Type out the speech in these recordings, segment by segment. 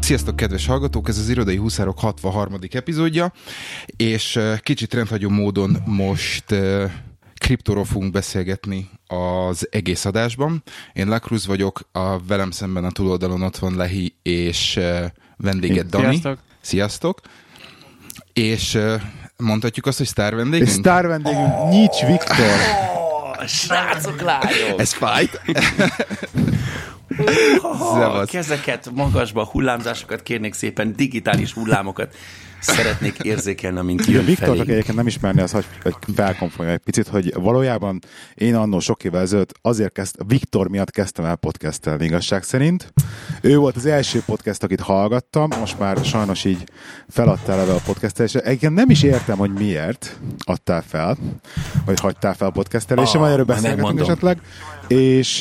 Sziasztok, kedves hallgatók! Ez az Irodai Huszárok 63. epizódja, és kicsit rendhagyó módon most kriptóról fogunk beszélgetni az egész adásban. Én Lakruz vagyok, a velem szemben a túloldalon ott van Lehi és vendéged Dani. Sziasztok! Sziasztok! És mondhatjuk azt, hogy sztár vendégünk? Sztár vendégünk Nyics Viktor. Srácok, lányok! Ez fájt? Kezeket magasba, hullámzásokat kérnék szépen, digitális hullámokat szeretnék érzékelni, amint jön Viktornak egyébként nem ismerni, az, hogy felkonfolja egy picit, hogy valójában én annól sok évvel ezelőtt Viktor miatt kezdtem el podcastelni igazság szerint. Ő volt az első podcast, akit hallgattam, most már sajnos így feladtál ebbe a podcastelésre. Egyébként nem is értem, hogy miért adtál fel, vagy hagytál fel a podcastelésre, majd erről beszélgetünk esetleg. És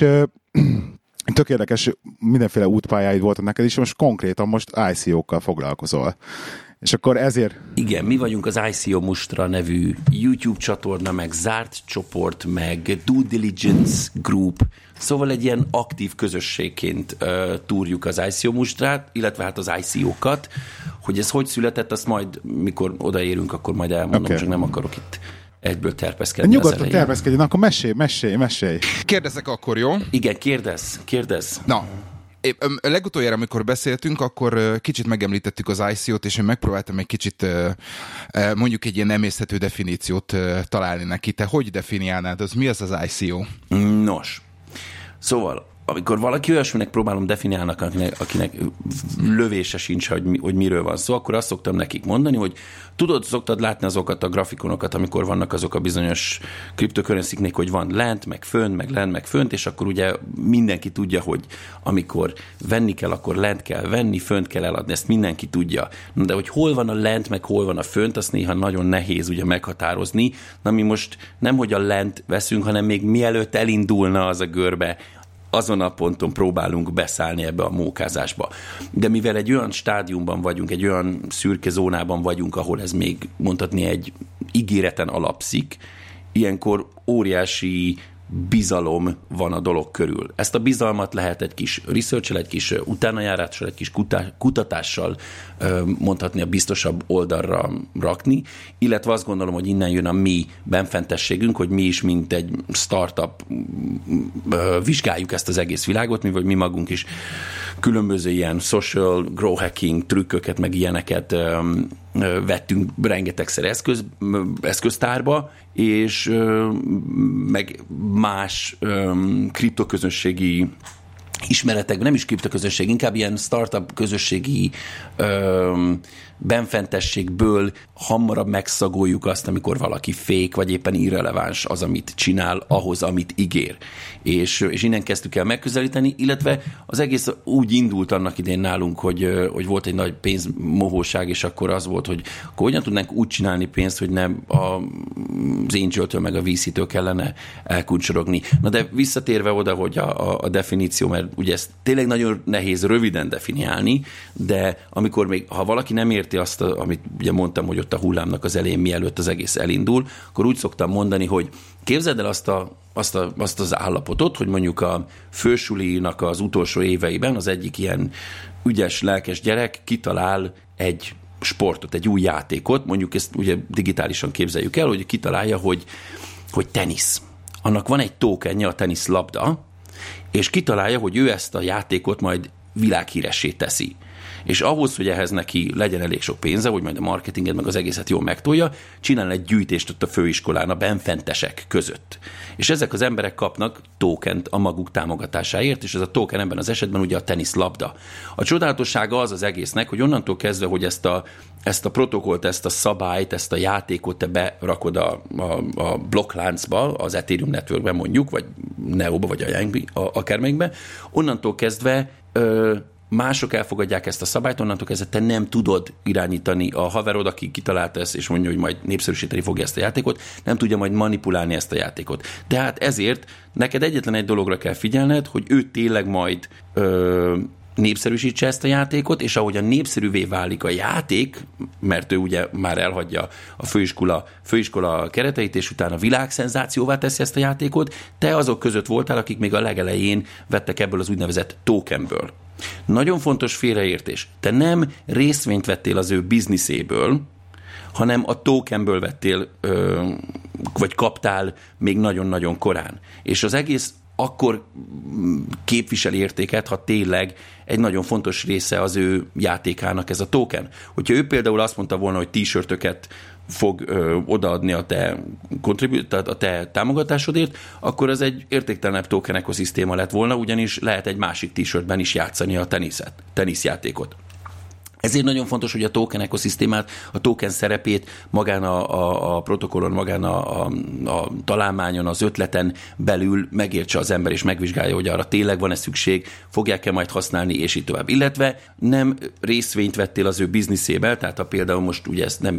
tök érdekes, mindenféle útpályáid voltak neked is, most konkrétan most ICO-kkal foglalkozol. És akkor ezért... Igen, mi vagyunk az ICO Mustra nevű YouTube csatorna, meg zárt csoport, meg Due Diligence Group, szóval egy ilyen aktív közösségként túrjuk az ICO Mustrát, illetve hát az ICO-kat. Hogy ez hogy született, azt majd, mikor odaérünk, akkor majd elmondom, okay. Csak nem akarok itt egyből terpeszkedni. Nyugodtan terpeszkedjen, akkor mesélj. Kérdezzek akkor, jó? Igen, kérdezz. Na, legutoljára, amikor beszéltünk, akkor kicsit megemlítettük az ICO-t, és én megpróbáltam egy kicsit mondjuk egy ilyen emészthető definíciót találni neki. Te hogy definiálnád? Mi az ICO? Nos, szóval amikor valaki olyasminek próbálom definiálni, akinek lövése sincs, hogy miről van szó, akkor azt szoktam nekik mondani, hogy szoktad látni azokat a grafikonokat, amikor vannak azok a bizonyos cryptocurrency-knek, hogy van lent, meg fönt, és akkor ugye mindenki tudja, hogy amikor venni kell, akkor lent kell venni, fönt kell eladni, ezt mindenki tudja. De hogy hol van a lent, meg hol van a fönt, azt néha nagyon nehéz ugye meghatározni. Na mi most nem, hogy a lent veszünk, hanem még mielőtt elindulna az a görbe, azon a ponton próbálunk beszállni ebbe a mókázásba. De mivel egy olyan stádiumban vagyunk, egy olyan szürke zónában vagyunk, ahol ez még mondhatni egy ígéreten alapszik, ilyenkor óriási bizalom van a dolog körül. Ezt a bizalmat lehet egy kis research-el, egy kis utánajárással, egy kis kutatással mondhatni a biztosabb oldalra rakni, illetve azt gondolom, hogy innen jön a mi benfentességünk, hogy mi is, mint egy startup vizsgáljuk ezt az egész világot, mivel mi magunk is különböző ilyen social growth hacking trükköket, meg ilyeneket vettünk rengetegszer eszköztárba, és meg más kriptoközönségi ismeretekben, nem is kriptoközösség, inkább ilyen startup közösségi benfentességből hamarabb megszagoljuk azt, amikor valaki fake, vagy éppen irreleváns az, amit csinál, ahhoz, amit ígér. És innen kezdtük el megközelíteni, illetve az egész úgy indult annak idején nálunk, hogy volt egy nagy pénzmohóság, és akkor az volt, hogy akkor hogyan tudnánk úgy csinálni pénzt, hogy nem az Angel-től meg a VC-től kellene elkuncsorogni. Na de visszatérve oda, hogy a definíció, mert ugye ezt tényleg nagyon nehéz röviden definiálni, de amikor még, ha valaki nem érti azt, amit ugye mondtam, hogy ott a hullámnak az elején, mielőtt az egész elindul, akkor úgy szoktam mondani, hogy képzeld el azt az állapotot, hogy mondjuk a fősulinak az utolsó éveiben az egyik ilyen ügyes, lelkes gyerek kitalál egy sportot, egy új játékot, mondjuk ezt ugye digitálisan képzeljük el, hogy kitalálja, hogy tenisz. Annak van egy tokenje, a teniszlabda, és kitalálja, hogy ő ezt a játékot majd világhíressé teszi. És ahhoz, hogy ehhez neki legyen elég sok pénze, hogy majd a marketinget meg az egészet jól megtolja, csinál egy gyűjtést ott a főiskolán a benfentesek között. És ezek az emberek kapnak tokent a maguk támogatásáért, és ez a token ebben az esetben ugye a teniszlabda. A csodálatossága az egésznek, hogy onnantól kezdve, hogy ezt a protokollt, ezt a szabályt, ezt a játékot te berakod a blokkláncba, az Ethereum Networkben mondjuk, vagy Neoba, vagy akármelyikbe, onnantól kezdve mások elfogadják ezt a szabályt, onnantól kezdve te nem tudod irányítani a haverod, aki kitalálta ezt, és mondja, hogy majd népszerűsíteni fogja ezt a játékot, nem tudja majd manipulálni ezt a játékot. Tehát ezért neked egyetlen egy dologra kell figyelned, hogy ő tényleg majd népszerűsítse ezt a játékot, és ahogy a népszerűvé válik a játék, mert ő ugye már elhagyja a főiskola kereteit, és utána világszenzációvá teszi ezt a játékot, te azok között voltál, akik még a legelején vettek ebből az úgynevezett tokenből. Nagyon fontos félreértés. Te nem részvényt vettél az ő bizniszéből, hanem a tokenből vettél, vagy kaptál még nagyon-nagyon korán. És az egész akkor képvisel értéket, ha tényleg egy nagyon fontos része az ő játékának ez a token. Hogyha ő például azt mondta volna, hogy t-shirtöket fog odaadni a te támogatásodért, akkor ez egy értéktelenebb token ekoszisztéma lett volna, ugyanis lehet egy másik t-shirtben is játszani a teniszjátékot. Ezért nagyon fontos, hogy a token ekoszisztémát, a token szerepét magán a protokollon, magán a találmányon, az ötleten belül megértse az ember, és megvizsgálja, hogy arra tényleg van-e szükség, fogják-e majd használni, és így tovább. Illetve nem részvényt vettél az ő bizniszébe, tehát ha például most ugye ezt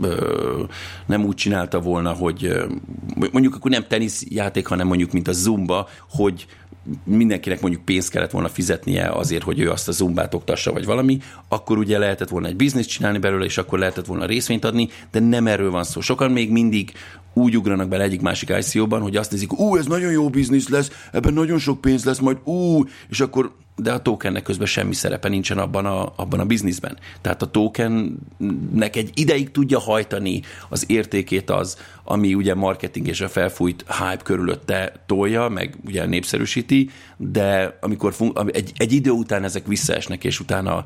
nem úgy csinálta volna, hogy mondjuk akkor nem teniszjáték, hanem mondjuk mint a zumba, hogy mindenkinek mondjuk pénzt kellett volna fizetnie azért, hogy ő azt a zumbát oktassa, vagy valami, akkor ugye lehetett volna egy bizniszt csinálni belőle, és akkor lehetett volna részvényt adni, de nem erről van szó. Sokan még mindig úgy ugranak bele egyik-másik ICO-ban, hogy azt nézik, ez nagyon jó biznisz lesz, ebben nagyon sok pénz lesz, majd és akkor, de a tokennek közben semmi szerepe nincsen abban a bizniszben. Tehát a tokennek egy ideig tudja hajtani az értékét az, ami ugye marketing és a felfújt hype körülötte tolja, meg ugye népszerűsíti, de amikor egy idő után ezek visszaesnek, és utána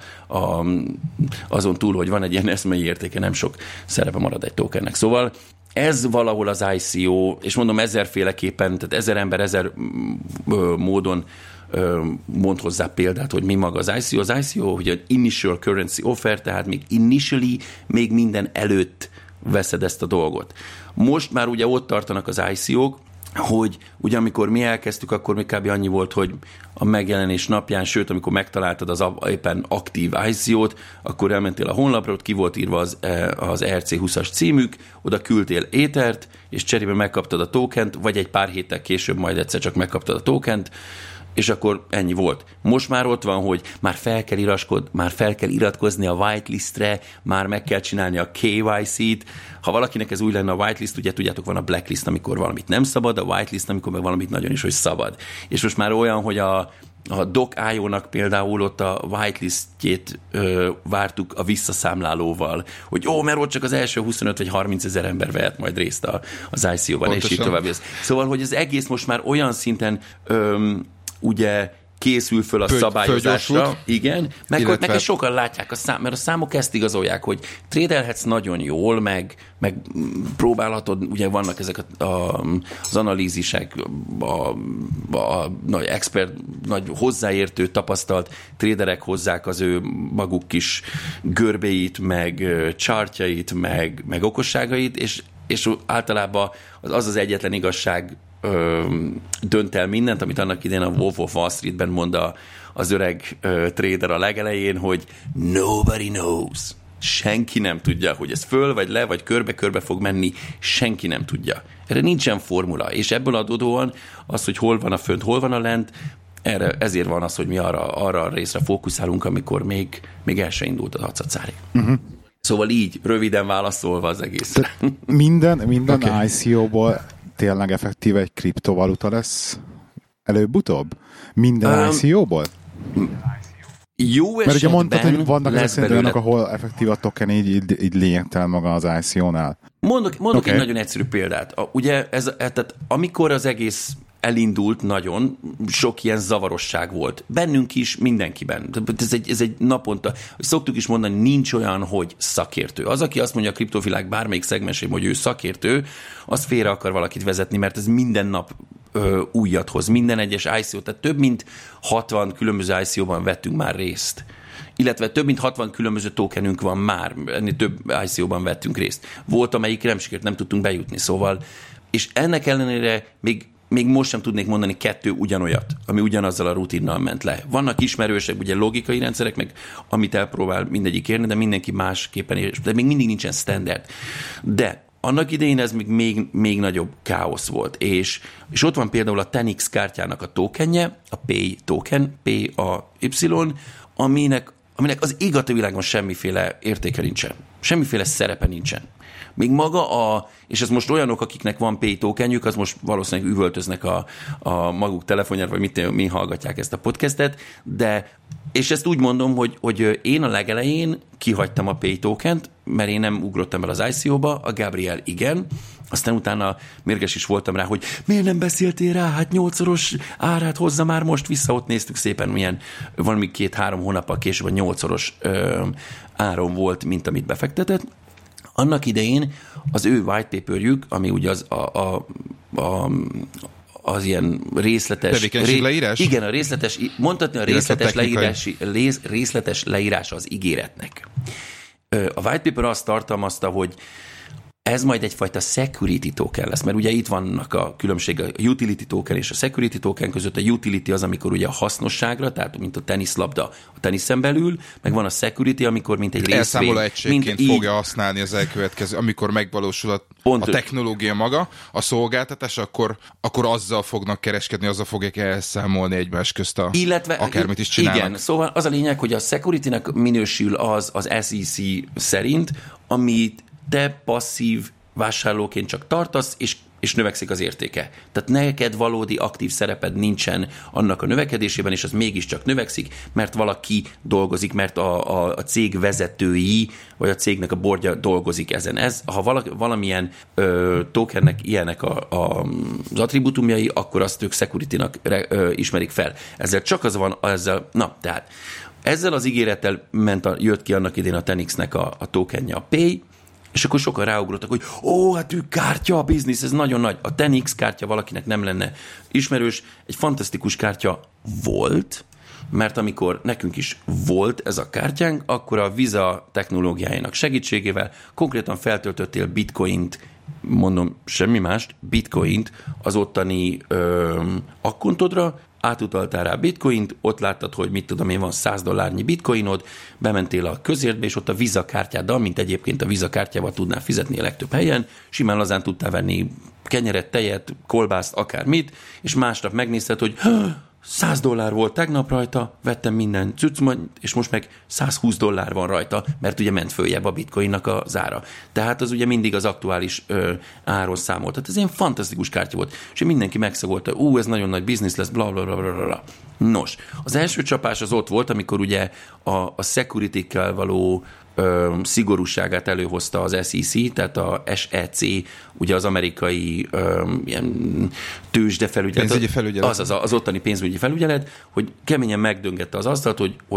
azon túl, hogy van egy ilyen eszmei értéke, nem sok szerepe marad egy tokennek. Szóval ez valahol az ICO, és mondom ezerféleképpen, tehát 1000 ember 1000 módon mond hozzá példát, hogy mi maga az ICO. Az ICO, hogy egy initial currency offer, tehát még minden előtt veszed ezt a dolgot. Most már ugye ott tartanak az ICO-k, hogy ugye amikor mi elkezdtük, akkor még kb. Annyi volt, hogy a megjelenés napján, sőt, amikor megtaláltad az éppen aktív ICO-t, akkor elmentél a honlapra, ott ki volt írva az ERC20-as címük, oda küldtél étert, és cserébe megkaptad a tokent, vagy egy pár héttel később majd egyszer csak megkaptad a tokent, és akkor ennyi volt. Most már ott van, hogy már fel kell iratkozni a whitelistre, már meg kell csinálni a KYC-t. Ha valakinek ez új lenne a whitelist, ugye tudjátok, van a blacklist, amikor valamit nem szabad, a whitelist, amikor meg valamit nagyon is, hogy szabad. És most már olyan, hogy a Doc.io-nak például ott a whitelistjét vártuk a visszaszámlálóval, hogy mert ott csak az első 25 vagy 30 ezer ember vehet majd részt az ICO-ban, és így tovább. Szóval, hogy az egész most már olyan szinten ugye készül föl a szabályozásra. Igen, meg sokan látják mert a számok ezt igazolják, hogy trédelhetsz nagyon jól, meg próbálhatod, ugye vannak ezek az analízisek, a nagy expert, nagy hozzáértő, tapasztalt tréderek hozzák az ő maguk kis görbéit, meg chartjait, meg okosságait, és általában az egyetlen igazság dönt el mindent, amit annak idején a Wolf of Wall Streetben mond az öreg trader a legelején, hogy nobody knows. Senki nem tudja, hogy ez föl, vagy le, vagy körbe-körbe fog menni, senki nem tudja. Erre nincsen formula, és ebből adódóan az, hogy hol van a fönt, hol van a lent, ezért van az, hogy mi arra a részre fókuszálunk, amikor még el se indult az acacári. Uh-huh. Szóval így, röviden válaszolva az egész. Minden okay. ICO-ból tényleg effektíve egy kriptovaluta lesz előbb-utóbb? Minden ICO-ból? Jó esetben. Mert ugye mondtad, hogy vannak ezek olyanok, ahol effektív a token így lényegtelen maga az ICO-nál. Mondok egy nagyon egyszerű példát. Ugye tehát amikor az egész elindult nagyon, sok ilyen zavarosság volt. Bennünk is, mindenkiben. Ez egy naponta, szoktuk is mondani, nincs olyan, hogy szakértő. Az, aki azt mondja a kriptovilág bármelyik szegmensében, hogy ő szakértő, az félre akar valakit vezetni, mert ez minden nap újat hoz. Minden egyes ICO, tehát több mint 60 különböző ICO-ban vettünk már részt. Illetve több mint 60 különböző tokenünk van már, ennél több ICO-ban vettünk részt. Volt, amelyik nem sikerült, nem tudtunk bejutni, szóval. És ennek ellenére még most sem tudnék mondani 2 ugyanolyat, ami ugyanazzal a rutinnal ment le. Vannak ismerősek, ugye logikai rendszerek, meg amit elpróbál mindegyik érni, de mindenki másképpen ér, de még mindig nincsen standard. De annak idején ez még nagyobb káosz volt, és ott van például a Tenix kártyának a tokenje, a Pay token, P-A-Y, aminek az ég a világon semmiféle értéke nincsen. Semmiféle szerepe nincsen. Még maga és ez most olyanok, akiknek van pay tokenjük, az most valószínűleg üvöltöznek a maguk telefonjára, vagy mi hallgatják ezt a podcastet, és ezt úgy mondom, hogy én a legelején kihagytam a pay tokent, mert én nem ugrottam el az ICO-ba, a Gabriel igen, aztán utána mérges is voltam rá, hogy miért nem beszéltél rá, hát 8-szoros árát hozza már most vissza, ott néztük szépen, milyen valami 2-3 hónappal később a 8-szoros áron volt, mint amit befektetett. Annak idején az ő white paperjük, ami ugye az ilyen részletes... leírás? Igen, a részletes, mondhatni a részletes leírás az ígéretnek. A white paper azt tartalmazta, hogy ez majd egyfajta security token lesz, mert ugye itt vannak a különbség a utility token és a security token között. A utility az, amikor ugye a hasznosságra, tehát mint a teniszlabda a teniszen belül, meg van a security, amikor mint egy részvény. Elszámoló egységként fogja használni az elkövetkező, amikor megvalósul a technológia maga, a szolgáltatás, akkor azzal fognak kereskedni, azzal fogják elszámolni egymás közt akármit is csinálnak. Igen, szóval az a lényeg, hogy a security-nek minősül az SEC szerint, amit te passzív vásárlóként csak tartasz, és növekszik az értéke. Tehát neked valódi aktív szereped nincsen annak a növekedésében, és az mégiscsak növekszik, mert valaki dolgozik, mert a cég vezetői, vagy a cégnek a boardja dolgozik ezen. Ha valamilyen tokennek ilyenek az attribútumjai, akkor azt ők security-nak ismerik fel. Ezzel csak az van, tehát ezzel az ígérettel jött ki annak idén a Tenixnek a tokenje, a Pay, és akkor sokan ráugrottak, hogy hát ő kártya a biznisz, ez nagyon nagy. A Tenix kártya valakinek nem lenne ismerős, egy fantasztikus kártya volt, mert amikor nekünk is volt ez a kártyánk, akkor a Visa technológiájának segítségével konkrétan feltöltöttél bitcoint, mondom semmi mást, bitcoint az ottani akkontodra, átutaltál rá bitcoint, ott láttad, hogy mit tudom én, van $100 bitcoinod, bementél a közértbe, és ott a Visa kártyáddal, mint egyébként a Visa kártyával tudnál fizetni a legtöbb helyen, simán lazán tudtál venni kenyeret, tejet, kolbászt, akármit, és másnap megnézted, hogy $100 volt tegnap rajta, vettem minden cuccot, és most meg $120 van rajta, mert ugye ment följebb a bitcoinnak az ára. Tehát az ugye mindig az aktuális áron számolt. Tehát ez ilyen fantasztikus kártya volt. És mindenki megszagolta, ez nagyon nagy biznisz lesz, bla bla bla bla bla. Nos, az első csapás az ott volt, amikor ugye a security-kkel való szigorúságát előhozta az SEC, tehát a SEC, ugye az amerikai ilyen tőzsdefelügyelet. Pénzügyi felügyelet. Az ottani pénzügyi felügyelet, hogy keményen megdöngette az asztalt,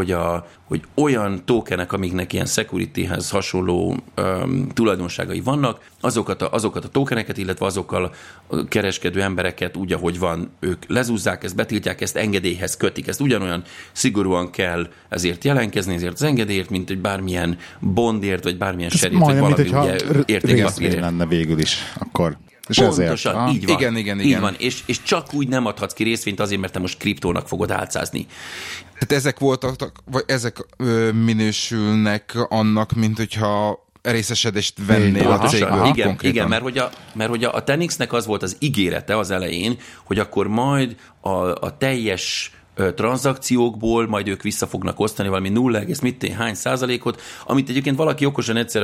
hogy olyan tokenek, amiknek ilyen securityhez hasonló tulajdonságai vannak, azokat a tokeneket, illetve azokkal a kereskedő embereket úgy, ahogy van, ők lezúzzák, ezt betiltják, ezt engedélyhez kötik. Ezt ugyanolyan szigorúan kell ezért jelentkezni, ezért az engedélyért, mint egy bármilyen bondért, vagy bármilyen serét, vagy valami ugye értékpapírért lenne végül is, akkor. És pontosan, így van. Igen. Így van. És csak úgy nem adhatsz ki részvényt azért, mert te most kriptónak fogod álcázni. Tehát ezek voltak, vagy ezek minősülnek annak, mint hogyha részesedést vennél a cégből. Igen, mert hogy a Tenixnek az volt az ígérete az elején, hogy akkor majd a teljes tranzakciókból majd ők vissza fognak osztani valami 0,hány százalékot, amit egyébként valaki okosan egyszer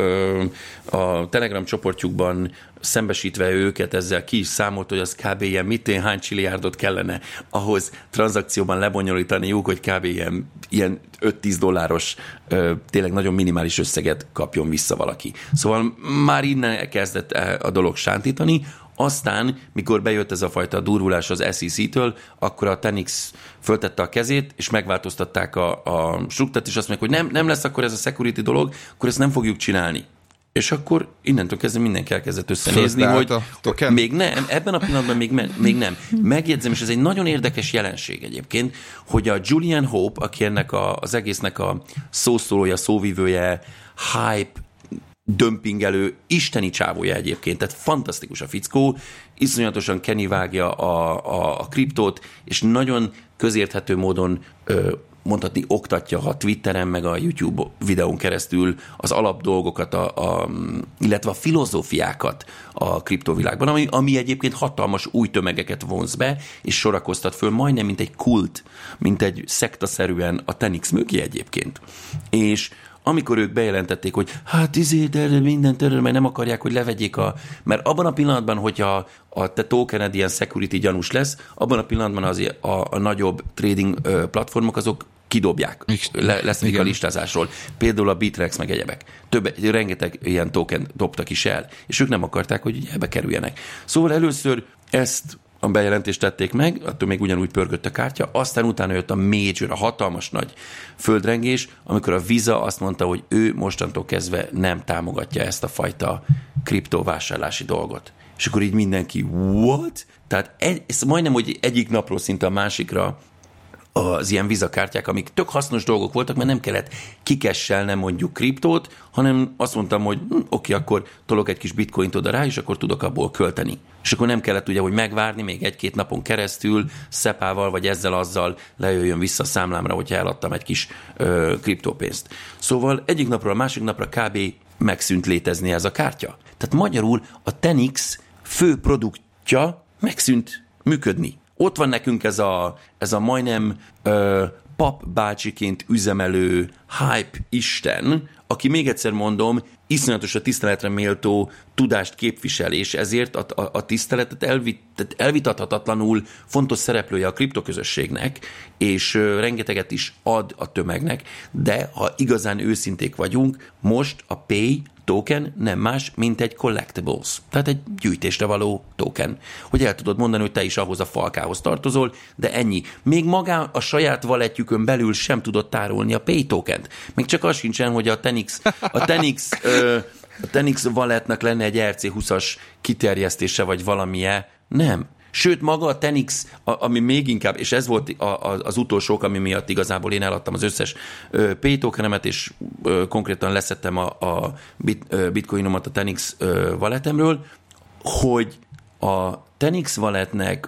a Telegram csoportjukban szembesítve őket ezzel ki is számolt, hogy az kb. Hány csilliárdot kellene ahhoz tranzakcióban lebonyolítaniuk, hogy kb. Ilyen $5-10 tényleg nagyon minimális összeget kapjon vissza valaki. Szóval már innen kezdett a dolog sántítani. Aztán, mikor bejött ez a fajta durvulás az SEC-től, akkor a Tenix föltette a kezét, és megváltoztatták a struktúrát, és azt mondják, hogy nem lesz akkor ez a security dolog, akkor ezt nem fogjuk csinálni. És akkor innentől kezdve mindenki elkezdett összenézni, hogy még nem, ebben a pillanatban még nem. Megjegyzem, és ez egy nagyon érdekes jelenség egyébként, hogy a Julian Hope, aki ennek az egésznek a szószólója, szóvivője, hype, dömpingelő, isteni csávója egyébként, tehát fantasztikus a fickó, iszonyatosan vágja a kriptót, és nagyon közérthető módon mondhatni oktatja a Twitteren, meg a YouTube videón keresztül az alapdolgokat, illetve a filozófiákat a kriptovilágban, ami egyébként hatalmas új tömegeket vonz be, és sorakoztat föl majdnem, mint egy kult, mint egy szektaszerűen a Tenix mögé egyébként. És amikor ők bejelentették, hogy hát de mindent erről, mert nem akarják, hogy levegyék mert abban a pillanatban, hogyha a te tokened ilyen security gyanús lesz, abban a pillanatban a nagyobb trading platformok azok kidobják, lesznek a listázásról. Például a Bittrex meg egyebek. Rengeteg ilyen token dobtak is el, és ők nem akarták, hogy ebbe kerüljenek. Szóval először ezt a bejelentést tették meg, attól még ugyanúgy pörgött a kártya, aztán utána jött a major, a hatalmas nagy földrengés, amikor a Visa azt mondta, hogy ő mostantól kezdve nem támogatja ezt a fajta kriptovásárlási dolgot. És akkor így mindenki, what? Tehát ez majdnem, hogy egyik napról szinte a másikra az ilyen Visa kártyák, amik tök hasznos dolgok voltak, mert nem kellett kikesselnem mondjuk kriptót, hanem azt mondtam, hogy oké, akkor tolok egy kis bitcoint oda rá, és akkor tudok abból költeni. És akkor nem kellett ugye, hogy megvárni még 1-2 napon keresztül, SEPA-val vagy ezzel-azzal lejöjjön vissza a számlámra, hogyha eladtam egy kis kriptópénzt. Szóval egyik napról a másik napra kb. Megszűnt létezni ez a kártya. Tehát magyarul a Tenix fő produktja megszűnt működni. Ott van nekünk ez a majdnem pap bácsiként üzemelő hype isten, aki még egyszer mondom, iszonyatos a tiszteletre méltó tudást képvisel, és ezért a tiszteletet elvitathatatlanul fontos szereplője a kriptoközösségnek, és rengeteget is ad a tömegnek, de ha igazán őszinték vagyunk, most a Pay token nem más, mint egy collectibles, tehát egy gyűjtésre való token. Hogy el tudod mondani, hogy te is ahhoz a falkához tartozol, de ennyi. Még magán a saját walletjükön belül sem tudod tárolni a Pay tokent. Még csak az sincsen, hogy a Tenix walletnek lenne egy RC20-as kiterjesztése, vagy valamilyen. Nem. Sőt, maga a Tenix, ami még inkább, és ez volt az utolsó, ami miatt igazából én eladtam az összes Pay tokenemet, és konkrétan leszettem a bitcoinomat a Tenix walletemről, hogy a Tenix walletnek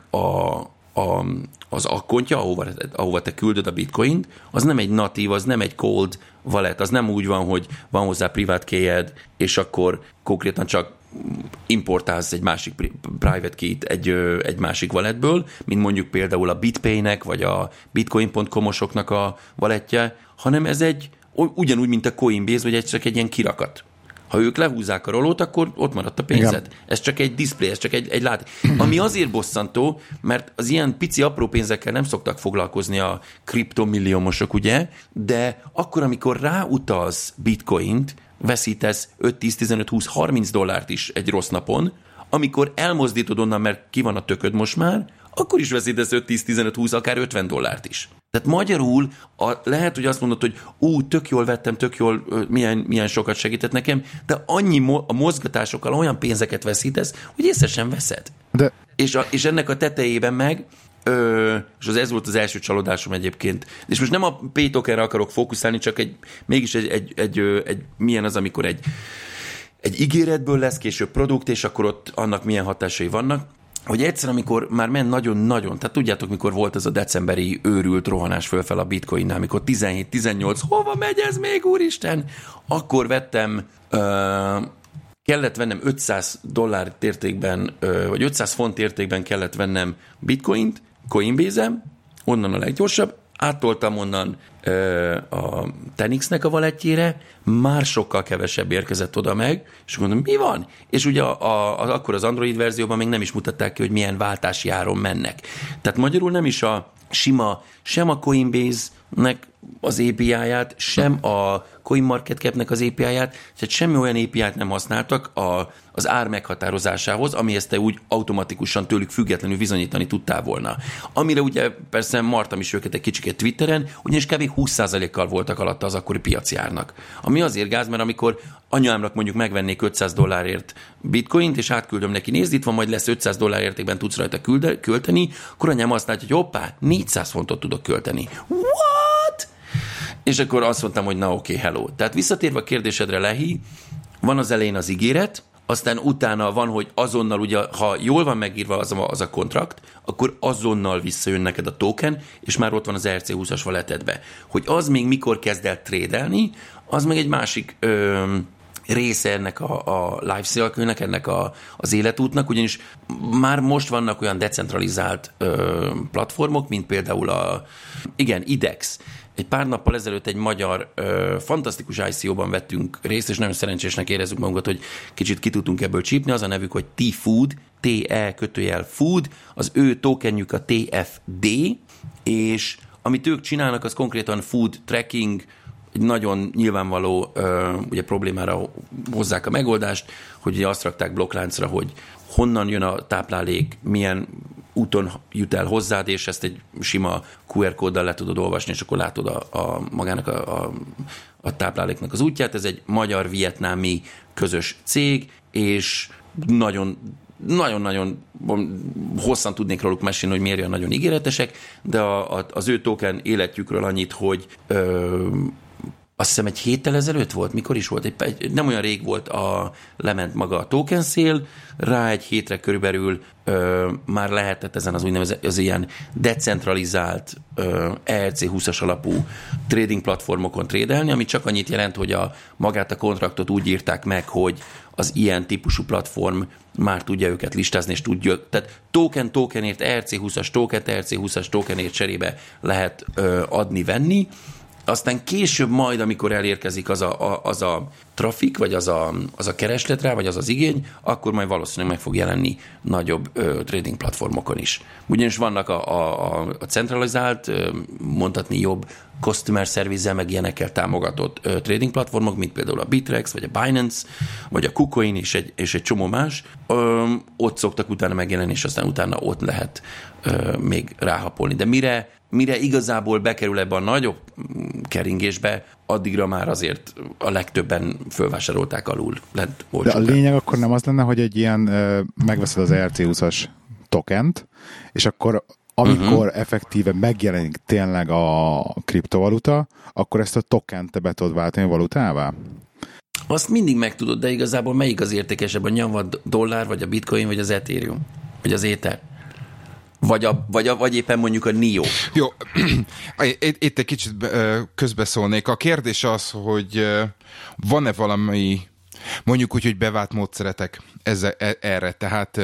az akkontja, ahova te küldöd a bitcoint, az nem egy natív, az nem egy cold wallet, az nem úgy van, hogy van hozzá private keyed, és akkor konkrétan csak importálsz egy másik private key-t egy másik walletből, mint mondjuk például a BitPay-nek, vagy a bitcoin.com-osoknak a walletje, hanem ez ugyanúgy, mint a Coinbase, vagy csak egy ilyen kirakat. Ha ők lehúzzák a rolót, akkor ott maradt a pénzed. Igen. Ez csak egy display, ez csak egy lát. Ami azért bosszantó, mert az ilyen pici apró pénzekkel nem szoktak foglalkozni a kriptomilliómosok, ugye? De akkor, amikor ráutalsz bitcoint, veszítesz 5, 10, 15, 20, 30 dollárt is egy rossz napon, amikor elmozdítod onnan, mert ki van a tököd most már, akkor is veszítesz 5, 10, 15, 20, akár 50 dollárt is. Tehát magyarul lehet, hogy azt mondod, hogy tök jól vettem, tök jól, milyen sokat segített nekem, de a mozgatásokkal olyan pénzeket veszítesz, hogy észre sem veszed. De... És ennek a tetejében meg, és ez volt az első csalódásom egyébként. És most nem a Pay tokenre akarok fókuszálni, csak mégis egy milyen az, amikor egy ígéretből lesz később produkt, és akkor ott annak milyen hatásai vannak, hogy egyszer, amikor már ment nagyon-nagyon, tehát tudjátok, mikor volt ez a decemberi őrült rohanás fölfel a bitcoinnál, amikor 17-18, hova megy ez még, úristen? Akkor vettem, kellett vennem 500 dollár értékben, vagy 500 font értékben kellett vennem bitcoint, Coinbase-en, onnan a leggyorsabb, áttoltam onnan a Tenixnek a walletjére, már sokkal kevesebb érkezett oda meg, és mondom, mi van? És ugye akkor az Android verzióban még nem is mutatták ki, hogy milyen váltási áron mennek. Tehát magyarul nem is a sima, sem a Coinbase-nek az API-ját, sem a CoinMarketCap-nek az API-ját, tehát semmi olyan API-t nem használtak az ár meghatározásához, amihez te úgy automatikusan tőlük függetlenül bizonyítani tudtál volna. Amire ugye persze martam is őket egy kicsiket Twitteren, ugyanis kb. 20%-kal voltak alatta az akkori piaci árnak. Ami azért gáz, mert amikor anyámnak mondjuk megvennék 500 dollárért bitcoint, és átküldöm neki, nézd, itt van, majd lesz 500 dollár értékben tudsz rajta költeni, akkor anyám azt látja, hogy hoppá, 400 fontot tudok költeni. What? És akkor azt mondtam, hogy na oké, hello. Tehát visszatérve a kérdésedre, Lehi, van az elején az ígéret, aztán utána van, hogy azonnal, ugye, ha jól van megírva az a kontrakt, akkor azonnal visszajön neked a token, és már ott van az RC20-as walletedbe. Hogy az még mikor kezd el trédelni, az meg egy másik része ennek a life cycle-nek, ennek az életútnak, ugyanis már most vannak olyan decentralizált platformok, mint például Igen, IDEX. Egy pár nappal ezelőtt egy magyar fantasztikus ICO-ban vettünk részt, és nagyon szerencsésnek érezzük magunkat, hogy kicsit ki tudtunk ebből csípni. Az a nevük, hogy T-Food, TE_Food, az ő tokenjük a TFD, és amit ők csinálnak, az konkrétan food tracking, egy nagyon nyilvánvaló ugye problémára hozzák a megoldást, hogy ugye azt rakták blokkláncra, hogy honnan jön a táplálék, milyen úton jut el hozzád, és ezt egy sima QR kóddal le tudod olvasni, és akkor látod magának a tápláléknak az útját. Ez egy magyar-vietnámi közös cég, és nagyon-nagyon hosszan tudnék róluk mesélni, hogy miért olyan nagyon ígéretesek, de az ő token életjükről annyit, hogy azt hiszem egy héttel ezelőtt volt, mikor is volt, nem olyan rég volt, lement maga a token sale, rá egy hétre körülbelül már lehetett ezen az úgynevezett, az ilyen decentralizált ERC20-as alapú trading platformokon trédelni, ami csak annyit jelent, hogy magát a kontraktot úgy írták meg, hogy az ilyen típusú platform már tudja őket listázni, és tudja, tehát tokenért, ERC20-as tokent, ERC20-as tokenért cserébe lehet adni-venni. Aztán később majd, amikor elérkezik az a trafik, vagy az a kereslet rá, vagy az igény, akkor majd valószínűleg meg fog jelenni nagyobb trading platformokon is. Ugyanis vannak a centralizált, mondhatni jobb customer service-zel, meg ilyenekkel támogatott trading platformok, mint például a Bittrex, vagy a Binance, vagy a KuCoin és egy csomó más. Ott szoktak utána megjelenni, és aztán utána ott lehet még ráhapolni. De mire igazából bekerül ebbe a nagyobb keringésbe, addigra már azért a legtöbben fölvásárolták alul. Lett de a lényeg akkor nem az lenne, hogy egy ilyen megveszed az ERC20-as tokent, és akkor amikor effektíve megjelenik tényleg a kriptovaluta, akkor ezt a tokent te be tudod váltani valutává? Azt mindig megtudod, de igazából melyik az értékesebb, a nyomvat dollár, vagy a bitcoin, vagy az ethereum, vagy az ether? Vagy éppen mondjuk a NIO. Jó, itt egy kicsit közbeszólnék. A kérdés az, hogy van-e valami, mondjuk úgy, hogy bevált módszeretek erre, tehát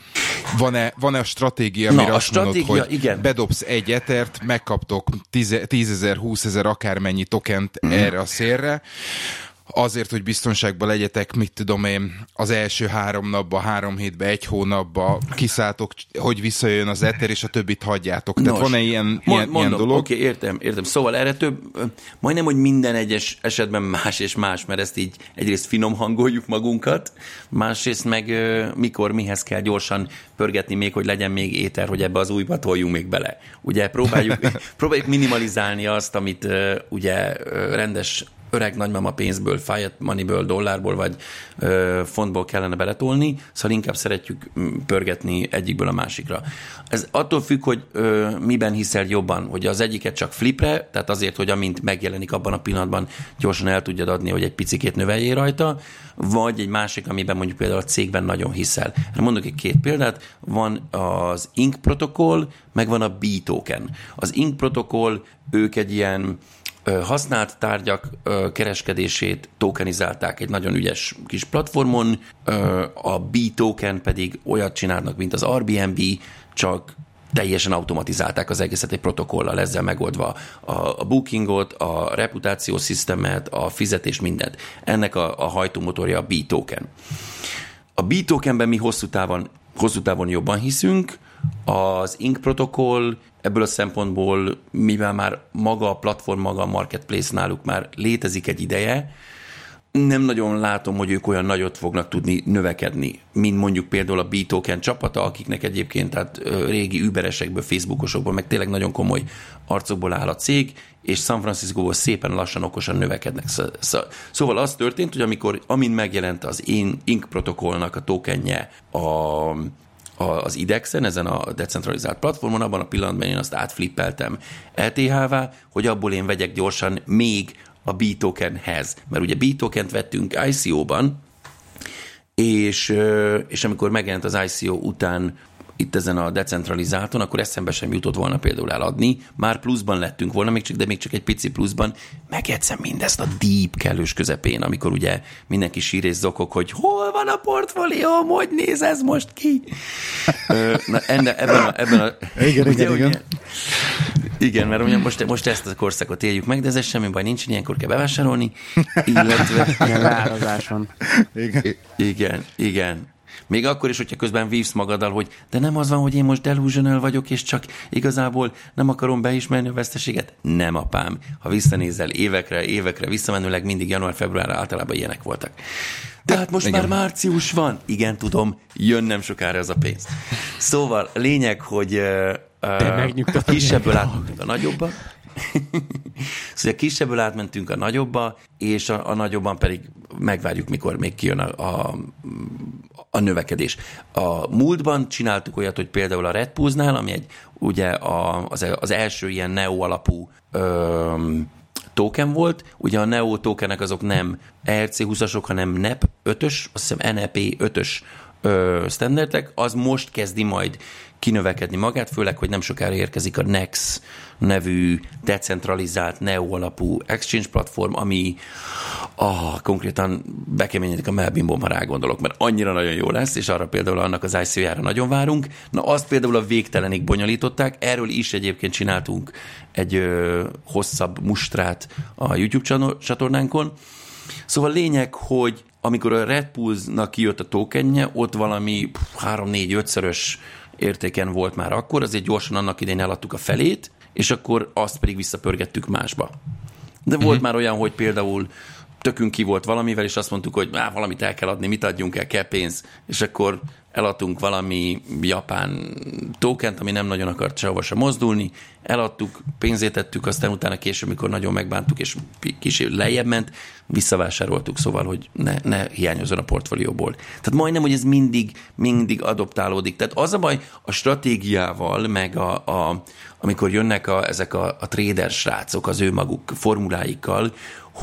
van-e a stratégia, amire azt mondod, hogy igen. Bedobsz egy ethert, megkaptok 10.000, 20.000 akármennyi tokent erre a szélre, azért, hogy biztonságban legyetek, mit tudom én, az első 3 napban, 3 hétben, 1 hónapban kiszálltok, hogy visszajön az Ether, és a többit hagyjátok. Tehát van-e ilyen dolog? Oké, értem. Szóval erre majdnem, hogy minden egyes esetben más és más, mert ezt így egyrészt finom hangoljuk magunkat, másrészt meg mihez kell gyorsan pörgetni még, hogy legyen még éter, hogy ebbe az újba toljunk még bele. Ugye próbáljuk minimalizálni azt, amit ugye rendes öreg nagymama pénzből, fiat moneyből, dollárból vagy fontból kellene beletolni, szóval inkább szeretjük pörgetni egyikből a másikra. Ez attól függ, hogy miben hiszel jobban, hogy az egyiket csak flipre, tehát azért, hogy amint megjelenik abban a pillanatban, gyorsan el tudjad adni, hogy egy picikét növeljél rajta, vagy egy másik, amiben mondjuk például a cégben nagyon hiszel. Mondok egy 2 példát, van az Ink protokoll, meg van a B-token. Az Ink protokoll, ők egy ilyen használt tárgyak kereskedését tokenizálták egy nagyon ügyes kis platformon, a B-token pedig olyat csinálnak, mint az Airbnb, csak teljesen automatizálták az egészet egy protokollal, ezzel megoldva a bookingot, a reputációs szisztemet, a fizetés, mindent. Ennek a hajtómotorja a B-token. A B-tokenben mi hosszú távon jobban hiszünk, az Ink protokoll ebből a szempontból, mivel már maga a platform, maga a marketplace náluk már létezik egy ideje, nem nagyon látom, hogy ők olyan nagyot fognak tudni növekedni, mint mondjuk például a B-token csapata, akiknek egyébként tehát régi überesekből, facebookosokból, meg tényleg nagyon komoly arcokból áll a cég, és San Franciscóból szépen lassan, okosan növekednek. Szóval az történt, hogy amint megjelent az Ink protokollnak a tokenje az IDEX-en, ezen a decentralizált platformon, abban a pillanatban én azt átflippeltem ETH-vá, hogy abból én vegyek gyorsan még a B-tokenhez. Mert ugye B-tokent vettünk ICO-ban, és amikor megjelent az ICO után itt ezen a decentralizálton, akkor eszembe sem jutott volna például eladni. Már pluszban lettünk volna, de még csak egy pici pluszban. Megjegyzem mindezt a deep kellős közepén, amikor ugye mindenki sír és zokog, hogy hol van a portfólióm, hogy néz ez most ki? Igen. Igen, mert ugye most ezt a korszakot éljük meg, de ez semmi baj nincs, ilyenkor kell bevásárolni, illetve... Igen, leárazáson. Igen. Még akkor is, hogyha közben vívsz magaddal, hogy de nem az van, hogy én most delusional vagyok, és csak igazából nem akarom beismerni a veszteséget. Nem, apám. Ha visszanézel évekre visszamenőleg, mindig január-februárra általában ilyenek voltak. De hát most már március van. Igen, tudom, jön nem sokára az a pénz. Szóval a lényeg, hogy a kisebből átmentünk a nagyobba. Szóval a kisebből átmentünk a nagyobba, és a nagyobban pedig megvárjuk, mikor még kijön a növekedés. A múltban csináltuk olyat, hogy például a Red Pulse-nál, ami ugye az első ilyen Neo alapú token volt, ugye a Neo tokenek azok nem ERC20-asok, hanem NEP 5-ös, azt hiszem NEP 5-ös standardek, az most kezdi majd kinövekedni magát, főleg, hogy nem sokára érkezik a NEX nevű decentralizált Neo alapú exchange platform, ami konkrétan bekeményedik a melbimbom, ha rá gondolok, mert annyira nagyon jó lesz, és arra például annak az ICO-jára nagyon várunk. Na, azt például a végtelenig bonyolították, erről is egyébként csináltunk egy hosszabb mustrát a YouTube csatornánkon. Szóval lényeg, hogy amikor a Red Pulse-nak kijött a tokenje, ott valami 3-4-5-szörös értéken volt már akkor, azért gyorsan annak idején eladtuk a felét, és akkor azt pedig visszapörgettük másba. De volt már olyan, hogy például tökünk ki volt valamivel, és azt mondtuk, hogy valamit el kell adni, mit adjunk el, kell pénz, és akkor eladtunk valami japán tokent, ami nem nagyon akart sehova sem mozdulni, eladtuk, pénzét tettük, aztán utána később, mikor nagyon megbántuk, és kicsit lejjebb ment, visszavásároltuk, szóval, hogy ne hiányozzon a portfólióból. Tehát majdnem, hogy ez mindig adoptálódik. Tehát az a baj a stratégiával, meg amikor jönnek ezek a trader srácok az ő maguk formuláikkal,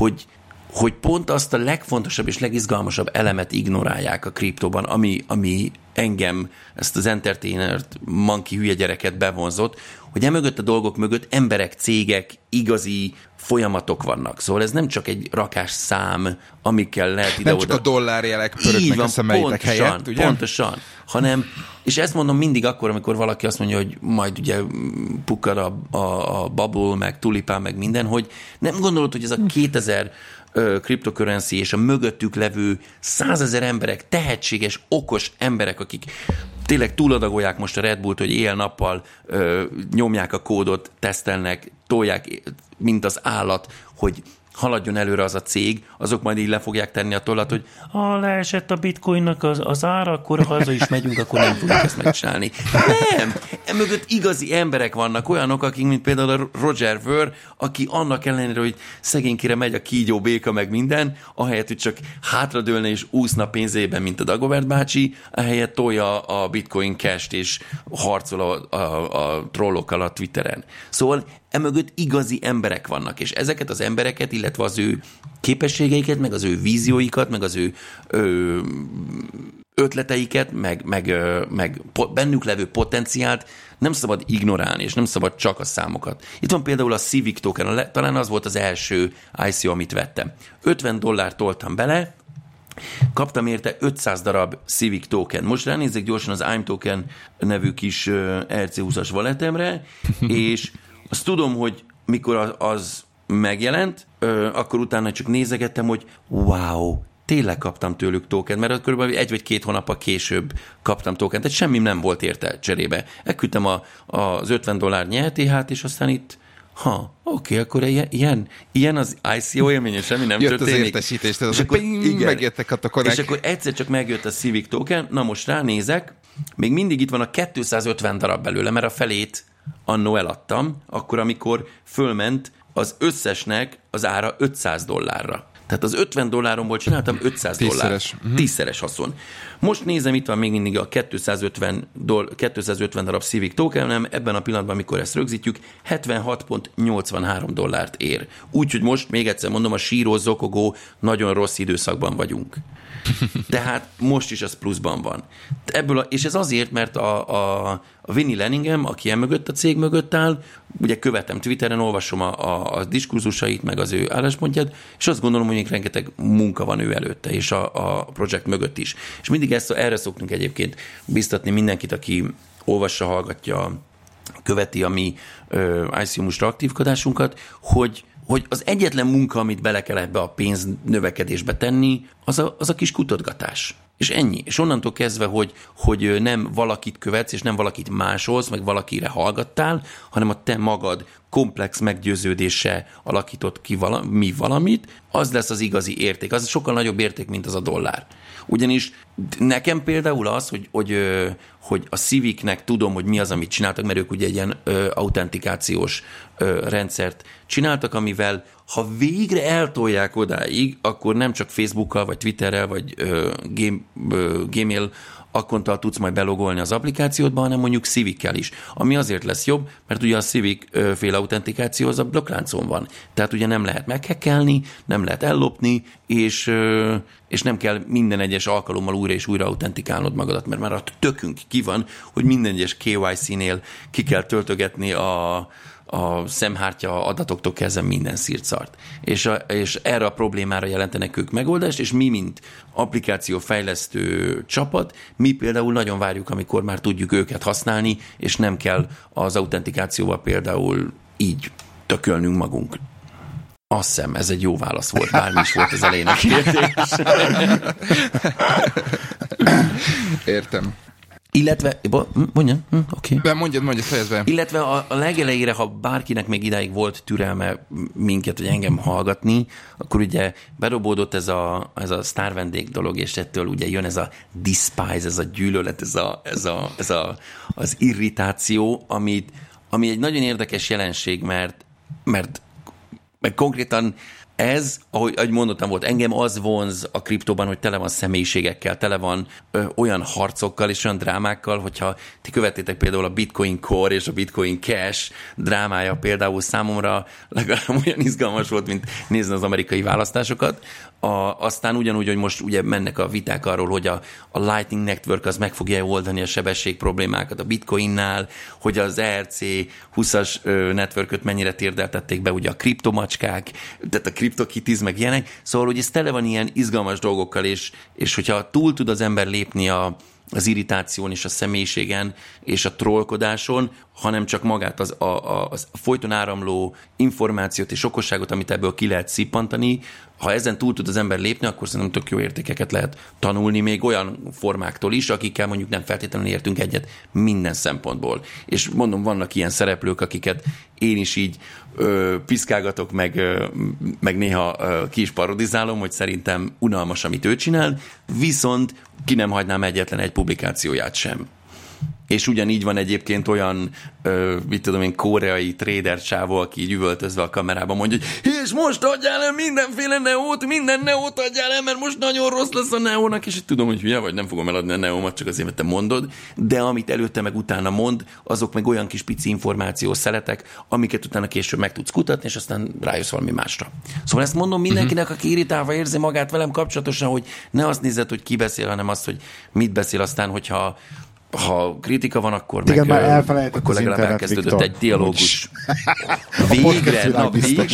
hogy pont azt a legfontosabb és legizgalmasabb elemet ignorálják a kriptóban, ami engem, ezt az entertainert, monkey hülye gyereket bevonzott, hogy emögött a dolgok mögött emberek, cégek, igazi folyamatok vannak. Szóval ez nem csak egy rakás szám, amikkel lehet ide-oda. Nem csak a dollárjelek pörögnek a szemeitek helyett, ugye? Pontosan. Hanem, és ezt mondom mindig akkor, amikor valaki azt mondja, hogy majd ugye pukkad a bubble, meg tulipán, meg minden, hogy nem gondolod, hogy ez a 2000 cryptocurrency és a mögöttük levő 100 000 emberek, tehetséges, okos emberek, akik tényleg túladagolják most a Red Bullt, hogy éjjel-nappal nyomják a kódot, tesztelnek, tolják, mint az állat, hogy haladjon előre az a cég, azok majd így le fogják tenni a tollat, hogy leesett a bitcoinnak az ára, akkor ha haza is megyünk, akkor nem fogjuk ezt megcsinálni. Nem! Emögött igazi emberek vannak, olyanok, akik, mint például a Roger Ver, aki annak ellenére, hogy szegénykére megy a kígyó béka meg minden, ahelyett, hogy csak hátradőlne és úszna pénzében, mint a Dagobert bácsi, ahelyett tolja a bitcoin cash-t és harcol a trollokkal a Twitteren. Szóval emögött igazi emberek vannak, és ezeket az embereket, illetve az ő képességeiket, meg az ő vízióikat, meg az ő ötleteiket, meg bennük levő potenciált nem szabad ignorálni, és nem szabad csak a számokat. Itt van például a Civic token, talán az volt az első ICO, amit vettem. $50 toltam bele, kaptam érte 500 darab Civic token. Most ránézzek gyorsan az IM token nevű kis RC20-as walletemre, és azt tudom, hogy mikor az megjelent, akkor utána csak nézegettem, hogy wow, tényleg kaptam tőlük tokent, mert körülbelül 1 vagy 2 hónappal később kaptam tokent, tehát semmi nem volt érte cserébe. Elküldtem az $50 nyertéhát, és aztán itt oké, akkor ilyen az ICO élmény, és semmi nem történik. Jött az értesítés, tehát és akkor megjöttek a tokenek. És akkor egyszer csak megjött a Civic token, na most ránézek, még mindig itt van a 250 darab belőle, mert a felét annó eladtam, akkor, amikor fölment az összesnek az ára $500. Tehát az $50-omból csináltam $500. Tízszeres haszon. Most nézem, itt van még mindig a 250 darab Civic tokenem, ebben a pillanatban, amikor ezt rögzítjük, $76.83 ér. Úgyhogy most, még egyszer mondom, a síró, zokogó, nagyon rossz időszakban vagyunk. Tehát most is az pluszban van. És ez azért, mert a Vinnie Lenningham, aki mögött a cég mögött áll, ugye követem Twitteren, olvasom a diskurzusait, meg az ő álláspontját, és azt gondolom, hogy rengeteg munka van ő előtte, és a projekt mögött is. És mindig erre szoktunk egyébként biztatni mindenkit, aki olvassa, hallgatja követi a mi ICO-mustra aktívkodásunkat, hogy az egyetlen munka, amit bele kell ebbe a pénz növekedésbe tenni, az a kis kutatgatás. És ennyi. És onnantól kezdve, hogy nem valakit követsz, és nem valakit másolsz, meg valakire hallgattál, hanem a te magad komplex meggyőződése alakított ki valamit, az lesz az igazi érték. Az sokkal nagyobb érték, mint az a dollár. Ugyanis nekem például az, hogy a Civicnek tudom, hogy mi az, amit csináltak, mert ők ugye egy ilyen autentikációs rendszert csináltak, amivel ha végre eltolják odáig, akkor nem csak Facebookkal, vagy Twitterrel, vagy Gmail akkonttal tudsz majd belogolni az applikációdba, hanem mondjuk Civic-kel is. Ami azért lesz jobb, mert ugye a Civic féle autentikáció az a blokkláncon van. Tehát ugye nem lehet meghekkelni, nem lehet ellopni, és nem kell minden egyes alkalommal újra és újra autentikálnod magadat, mert már a tökünk ki van, hogy minden egyes KYC-nél ki kell töltögetni a szemhártya adatoktól kezdve minden szírtszart. És erre a problémára jelentenek ők megoldást, és mi, mint applikációfejlesztő csapat, mi például nagyon várjuk, amikor már tudjuk őket használni, és nem kell az autentikációval például így tökölnünk magunk. Azt hiszem, ez egy jó válasz volt, bármi is volt az elején a kérdés. Értem. Illetve, oké. Mondjad, fejezd be. Illetve a legelejére, ha bárkinek még idáig volt türelme minket, vagy engem hallgatni, akkor ugye berobódott ez a sztár vendég dolog, és ettől ugye jön ez a despise, ez a gyűlölet, az irritáció, ami egy nagyon érdekes jelenség, mert konkrétan ez, ahogy mondottam volt, engem az vonz a kriptóban, hogy tele van személyiségekkel, tele van olyan harcokkal és olyan drámákkal, hogyha ti követtétek például a Bitcoin Core és a Bitcoin Cash drámája például számomra legalább olyan izgalmas volt, mint nézni az amerikai választásokat. Aztán ugyanúgy, hogy most ugye mennek a viták arról, hogy a Lightning Network az meg fogja oldani a sebesség problémákat a Bitcoinnál, hogy az ERC 20-as networköt mennyire térdeltették be ugye a kriptomacskák, tehát a kriptokitiz, meg ilyenek. Szóval, hogy ez tele van ilyen izgalmas dolgokkal, és hogyha túl tud az ember lépni az irritáción és a személyiségen és a trollkodáson, hanem csak magát az folyton áramló információt és okosságot, amit ebből ki lehet szippantani, ha ezen túl tud az ember lépni, akkor szerintem tök jó értékeket lehet tanulni még olyan formáktól is, akikkel mondjuk nem feltétlenül értünk egyet minden szempontból. És mondom, vannak ilyen szereplők, akiket én is így piszkálgatok, meg néha ki is parodizálom, hogy szerintem unalmas, amit ő csinál, viszont ki nem hagynám egyetlen egy publikációját sem. És ugyanígy van egyébként olyan, mit tudom én, koreai trader csávó, aki így üvöltözve a kamerában mondja, hogy és most adjál el mindenféle neót, minden neót adjál el, mert most nagyon rossz lesz a neónak, és tudom, hogy hülye vagy, nem fogom eladni a neómat, csak azért, mert te mondod, de amit előtte meg utána mond, azok meg olyan kis pici információs szeletek, amiket utána később meg tudsz kutatni, és aztán rájössz valami másra. Szóval ezt mondom mindenkinek, aki irritálva érzi magát velem kapcsolatosan, hogy ne azt nézed, hogy ki beszél, hanem azt, hogy mit beszél, aztn hogyha kritika van, akkor igen, meg akkor legalább elkezdődött Viktor. Egy dialógus. Végre.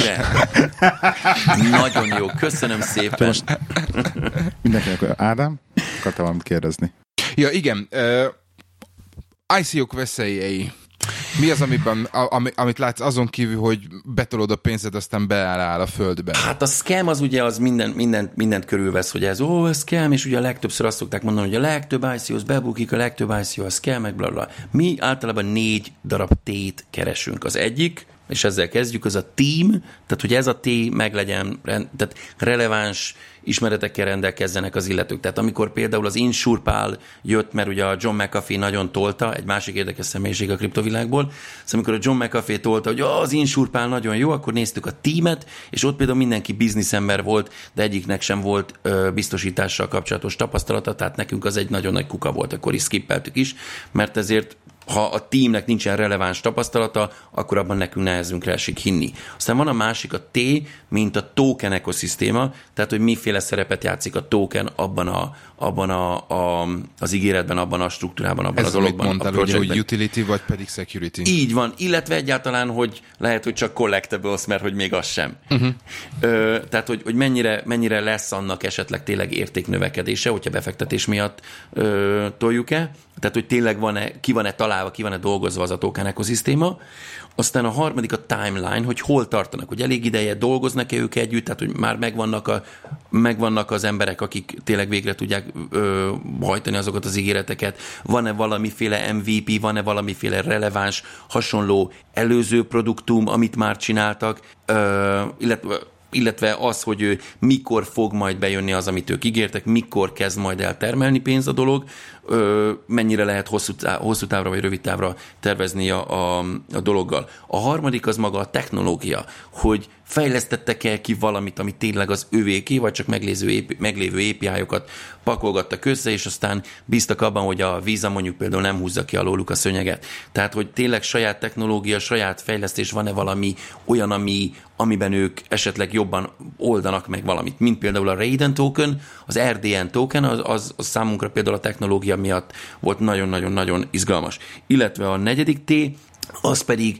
Nagyon jó, köszönöm szépen. Mindenkinek, Ádám, akartam valamit kérdezni. Ja, igen. ICO-k veszélyei. Mi az, amit látsz azon kívül, hogy betolod a pénzed, aztán beáll a földbe? Hát a scam az ugye az mindent körülvesz, hogy ez scam, és ugye a legtöbbször azt szokták mondani, hogy a legtöbb ICO az bebukik, a legtöbb ICO a scam, meg blablabla. Mi általában 4 darab T-t keresünk. Az egyik, és ezzel kezdjük, az a team, tehát hogy ez a T meglegyen, tehát releváns ismeretekkel rendelkezzenek az illetők. Tehát amikor például az InsurePal jött, mert ugye a John McAfee nagyon tolta, egy másik érdekes személyiség a kriptovilágból, szóval amikor a John McAfee tolta, hogy az InsurePal nagyon jó, akkor néztük a teamet, és ott például mindenki bizniszember volt, de egyiknek sem volt biztosítással kapcsolatos tapasztalata, tehát nekünk az egy nagyon nagy kuka volt, akkor is skippeltük is, mert ezért ha a teamnek nincsen releváns tapasztalata, akkor abban nekünk nehezünkre esik hinni. Aztán van a másik, a T, mint a token ekoszisztéma, tehát hogy miféle szerepet játszik a token abban az ígéretben, abban a struktúrában, abban a dologban. Ez, amit mondtál, hogy utility, vagy pedig security. Így van, illetve egyáltalán, hogy lehet, hogy csak collectibles, mert hogy még az sem. Tehát, hogy mennyire lesz annak esetleg tényleg értéknövekedése, hogyha befektetés miatt toljuk-e. Tehát, hogy tényleg ki van-e találva kitalálva, ki van-e dolgozva az a token ekoszisztéma. Aztán a harmadik a timeline, hogy hol tartanak, hogy elég ideje dolgoznak-e ők együtt, tehát hogy már megvannak az emberek, akik tényleg végre tudják hajtani azokat az ígéreteket, van-e valamiféle MVP, van-e valamiféle releváns, hasonló előző produktum, amit már csináltak, illetve az, hogy mikor fog majd bejönni az, amit ők ígértek, mikor kezd majd el termelni pénz a dolog, mennyire lehet hosszú távra vagy rövid távra tervezni a dologgal. A harmadik az maga a technológia, hogy fejlesztettek-e ki valamit, ami tényleg az övéké, vagy csak meglévő API-okat pakolgattak össze, és aztán bíztak abban, hogy a Visa mondjuk például nem húzza ki alóluk a szönyeget. Tehát, hogy tényleg saját technológia, saját fejlesztés, van-e valami olyan, amiben ők esetleg jobban oldanak meg valamit. Mint például a Raiden token, az RDN token, az számunkra például a technológia miatt volt nagyon-nagyon-nagyon izgalmas. Illetve a negyedik T, az pedig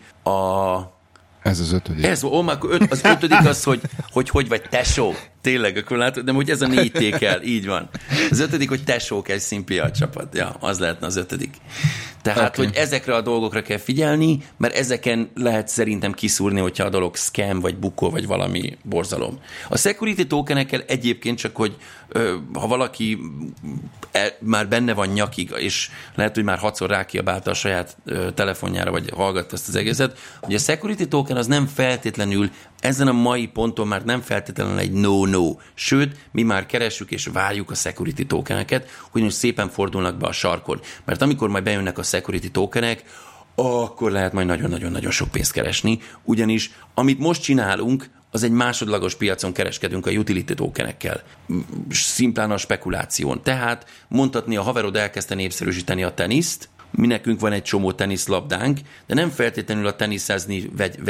Ez az ötödik. Az ötödik az, hogy vagy tesó. Tényleg, akkor látod, de hogy ez a 4 T kell, így van. Az ötödik, hogy tesó kell, szimpi a csapat. Ja, az lehetne az ötödik. Tehát, hogy ezekre a dolgokra kell figyelni, mert ezeken lehet szerintem kiszúrni, hogyha a dolog scam, vagy bukó, vagy valami borzalom. A security tokenekkel egyébként csak, hogy ha valaki már benne van nyakig, és lehet, hogy már 6-szor rákiabálta a saját telefonjára, vagy hallgatta ezt az egészet, hogy a security token az nem feltétlenül ezen a mai ponton már nem feltétlenül egy no-no. Sőt, mi már keressük és várjuk a security tokeneket, hogy most szépen fordulnak be a sarkon. Mert amikor majd bejönnek a security tokenek, akkor lehet majd nagyon-nagyon-nagyon sok pénzt keresni, ugyanis amit most csinálunk, az egy másodlagos piacon kereskedünk a utility tokenekkel. Szimplán a spekuláción. Tehát mondhatni, a haverod elkezdte népszerűsíteni a teniszt, mi nekünk van egy csomó teniszlabdánk, de nem feltétlenül a teniszezni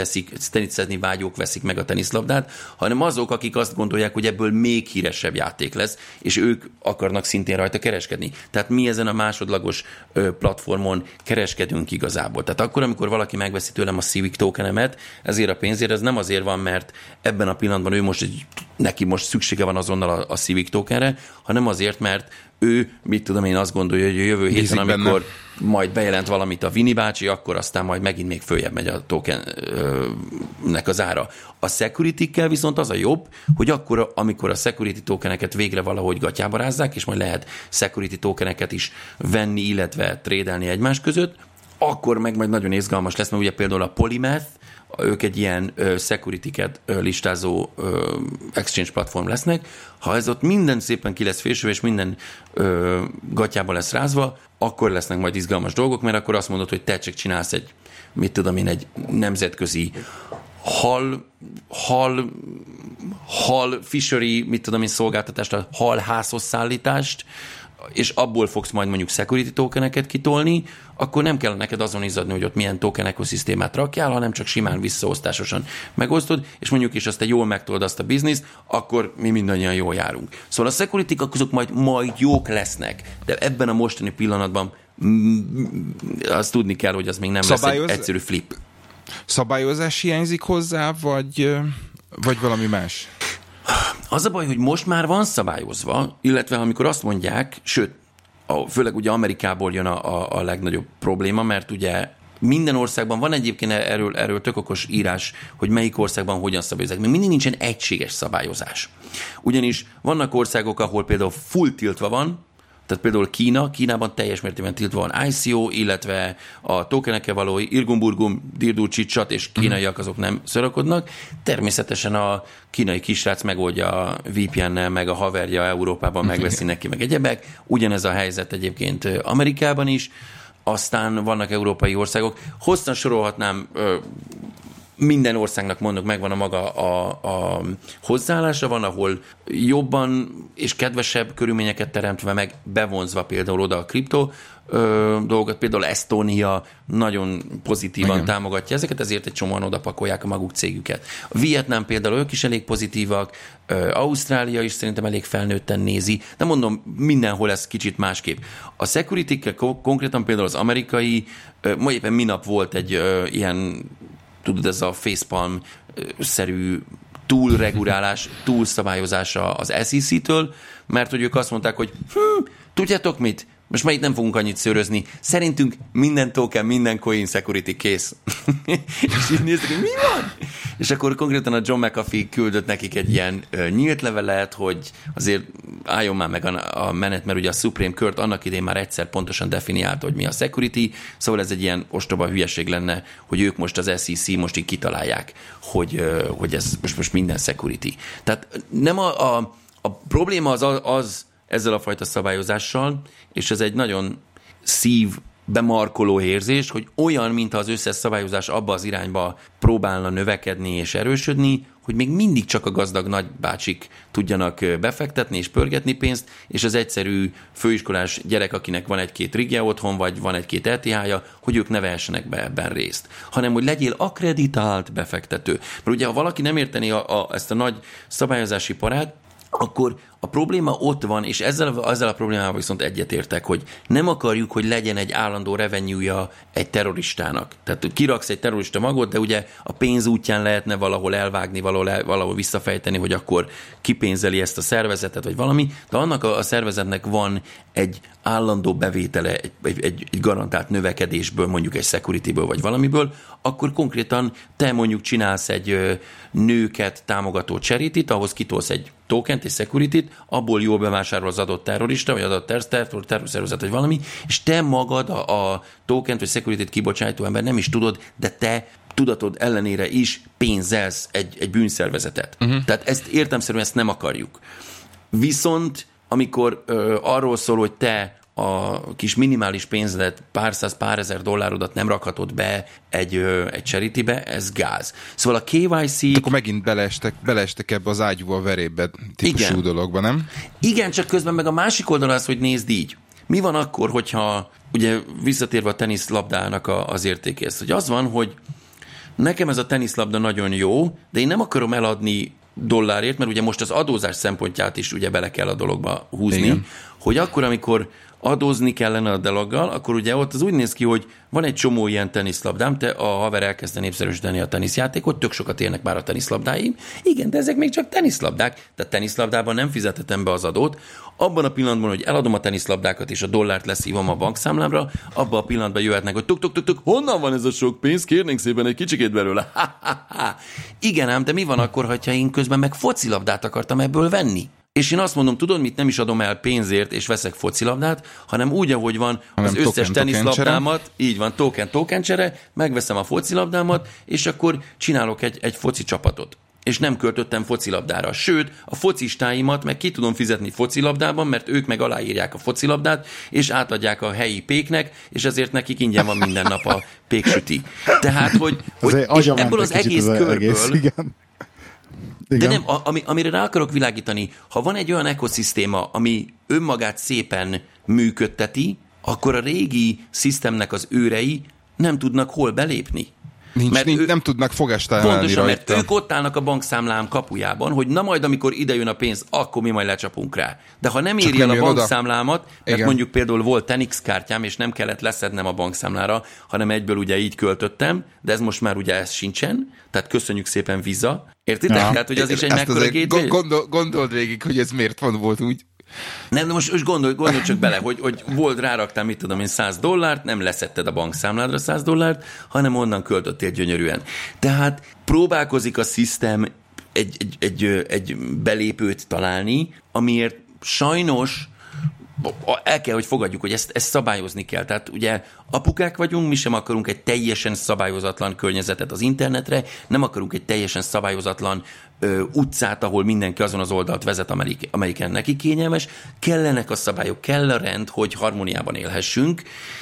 vágyók veszik meg a teniszlabdát, hanem azok, akik azt gondolják, hogy ebből még híresebb játék lesz, és ők akarnak szintén rajta kereskedni. Tehát mi ezen a másodlagos platformon kereskedünk igazából. Tehát akkor, amikor valaki megveszi tőlem a Civic tokenemet, ezért a pénzért, ez nem azért van, mert ebben a pillanatban neki most szüksége van azonnal a Civic tokenre, hanem azért, mert ő, mit tudom én, azt gondolja, hogy a jövő héten, amikor majd bejelent valamit a Vini bácsi, akkor aztán majd megint még följebb megy a tokennek az ára. A security-kkel viszont az a jobb, hogy akkor, amikor a security tokeneket végre valahogy gatyába rázzák, és majd lehet security tokeneket is venni, illetve trédelni egymás között, akkor meg majd nagyon izgalmas lesz, mert ugye például a Polymath, ők egy ilyen security-ket listázó exchange platform lesznek. Ha ez ott minden szépen ki lesz fésülve, és minden gatyába lesz rázva, akkor lesznek majd izgalmas dolgok, mert akkor azt mondod, hogy te csak csinálsz egy nemzetközi hal fishery, szolgáltatást, a halházhoz szállítást, és abból fogsz majd mondjuk security tokeneket kitolni, akkor nem kell neked azon izzadni, hogy ott milyen token ekoszisztémát rakjál, hanem csak simán visszaosztásosan megosztod, és mondjuk is azt te jól megtold azt a bizniszt, akkor mi mindannyian jól járunk. Szóval a security-k azok majd jók lesznek, de ebben a mostani pillanatban azt tudni kell, hogy az még nem lesz egy egyszerű flip. Szabályozás hiányzik hozzá, vagy valami más? Az a baj, hogy most már van szabályozva, illetve amikor azt mondják, sőt, főleg ugye Amerikából jön a legnagyobb probléma, mert ugye minden országban van egyébként erről tök okos írás, hogy melyik országban hogyan szabályozzák. Még mindig nincsen egységes szabályozás. Ugyanis vannak országok, ahol például full tiltva van, tehát például Kínában teljes mértékben tiltva van ICO, illetve a tokenekkel való irgumburgum, dirdúcsicsat, és kínaiak azok nem szörakodnak. Természetesen a kínai kisrác megoldja a VPN-nel, meg a haverja Európában megveszi neki, meg egyebek. Ugyanez a helyzet egyébként Amerikában is. Aztán vannak európai országok. Hosszan sorolhatnám, minden országnak mondok, megvan a maga a hozzáállása, van, ahol jobban és kedvesebb körülményeket teremtve, meg bevonzva például oda a kripto dolgokat, például Esztónia nagyon pozitívan támogatja ezeket, ezért egy csomóan oda pakolják a maguk cégüket. Vietnám például ők is elég pozitívak, Ausztrália is szerintem elég felnőtten nézi, de mondom, mindenhol ez kicsit másképp. A security-kkel konkrétan például az amerikai, ma éppen minap volt egy ilyen, tudod, ez a facepalm-szerű túlregulálás, túlszabályozása az SEC-től, mert hogy ők azt mondták, hogy tudjátok mit? most már itt nem fogunk annyit szőrözni, szerintünk minden token, minden coin security kész. És így néztek, hogy mi van? És akkor konkrétan a John McAfee küldött nekik egy ilyen nyílt levelet, hogy azért álljon már meg a menet, mert ugye a Supreme Court annak idején már egyszer pontosan definiálta, hogy mi a security, szóval ez egy ilyen ostoba hülyeség lenne, hogy ők most az SEC most így kitalálják, hogy ez most minden security. Tehát nem a probléma az ezzel a fajta szabályozással, és ez egy nagyon bemarkoló érzés, hogy olyan, mintha az összes szabályozás abba az irányba próbálna növekedni és erősödni, hogy még mindig csak a gazdag nagybácsik tudjanak befektetni és pörgetni pénzt, és az egyszerű főiskolás gyerek, akinek van egy-két rigje otthon, vagy van egy-két ETH-ja, hogy ők ne vehessenek be ebben részt, hanem hogy legyél akkreditált befektető. Mert ugye, ha valaki nem érteni ezt a nagy szabályozási parát, akkor a probléma ott van, és ezzel a problémával viszont egyetértek, hogy nem akarjuk, hogy legyen egy állandó revenue-ja egy terroristának. Tehát kiraksz egy terrorista magot, de ugye a pénz útján lehetne valahol elvágni, valahol visszafejteni, hogy akkor kipénzeli ezt a szervezetet, vagy valami, de annak a szervezetnek van egy állandó bevétele, egy garantált növekedésből, mondjuk egy security-ből, vagy valamiből, akkor konkrétan te mondjuk csinálsz egy nőket támogató charity-t, ahhoz kitolsz egy tokent, egy security-t, abból jól bevásárol az adott terrorista, vagy adott terrorszervezet, vagy valami, és te magad a tokent, vagy security-t kibocsájtó ember nem is tudod, de te tudatod ellenére is pénzelsz egy bűnszervezetet. Tehát ezt értelemszerűen ezt nem akarjuk. Viszont amikor arról szól, hogy te a kis minimális pénzedet, pár száz, pár ezer dollárodat nem rakhatod be egy charitybe, ez gáz. Szóval a KYC... Akkor megint beleestek ebbe az ágyúval verébe típusú dologba, nem? Igen, csak közben meg a másik oldal az, hogy nézd így. Mi van akkor, hogyha, ugye visszatérve a teniszlabdának az értékéhez, hogy az van, hogy nekem ez a teniszlabda nagyon jó, de én nem akarom eladni dollárért, mert ugye most az adózás szempontját is ugye bele kell a dologba húzni, igen. Hogy akkor, amikor adózni kellene a dologgal, akkor ugye ott az úgy néz ki, hogy van egy csomó ilyen teniszlabdám, te a haver elkezdte népszerűsíteni a teniszjátékot, tök sokat élnek már a teniszlabdáim. Igen, de ezek még csak teniszlabdák, tehát teniszlabdában nem fizethetem be az adót. Abban a pillanatban, hogy eladom a teniszlabdákat és a dollárt leszívom a bankszámlámra, abban a pillanatban jöhetnek, hogy tuk, honnan van ez a sok pénz? Kérnénk szépen egy kicsikét belőle. Igen ám, de mi van akkor, ha én közben meg focilabdát akartam ebből venni? És én azt mondom, tudod mit, nem is adom el pénzért, és veszek focilabdát, hanem úgy, ahogy van az összes teniszlabdámat, így van, token csere, megveszem a focilabdámat, és akkor csinálok egy foci csapatot. És nem költöttem focilabdára. Sőt, a focistáimat meg ki tudom fizetni focilabdában, mert ők meg aláírják a focilabdát, és átadják a helyi péknek, és ezért nekik ingyen van minden nap a péksüti. Tehát, hogy és ebből az egész körből... Igen. De nem, amire rá akarok világítani, ha van egy olyan ekoszisztéma, ami önmagát szépen működteti, akkor a régi szisztemnek az őrei nem tudnak hol belépni. Nem tudnak fogást találni pontosan, rajta. Mert ők ott állnak a bankszámlám kapujában, hogy na majd, amikor idejön a pénz, akkor mi majd lecsapunk rá. De ha nem éri el a bankszámlámat, mert igen. Mondjuk például volt Tenix kártyám, és nem kellett leszednem a bankszámlára, hanem egyből ugye így költöttem, de ez most már ugye ez sincsen, tehát köszönjük szépen Visa. Értitek? Tehát, hogy az is egy mekkora gateway. Gondold végig, hogy ez miért volt úgy. Nem, de most gondolj csak bele, hogy volt, ráraktál, mit tudom én, $100, nem leszetted a bankszámládra $100, hanem onnan költöttél gyönyörűen. Tehát próbálkozik a szisztem egy belépőt találni, amiért sajnos el kell, hogy fogadjuk, hogy ezt szabályozni kell. Tehát ugye apukák vagyunk, mi sem akarunk egy teljesen szabályozatlan környezetet az internetre, nem akarunk egy teljesen szabályozatlan utcát, ahol mindenki azon az oldalt vezet, amelyiken neki kényelmes. Kellenek a szabályok, kell a rend, hogy harmóniában élhessünk,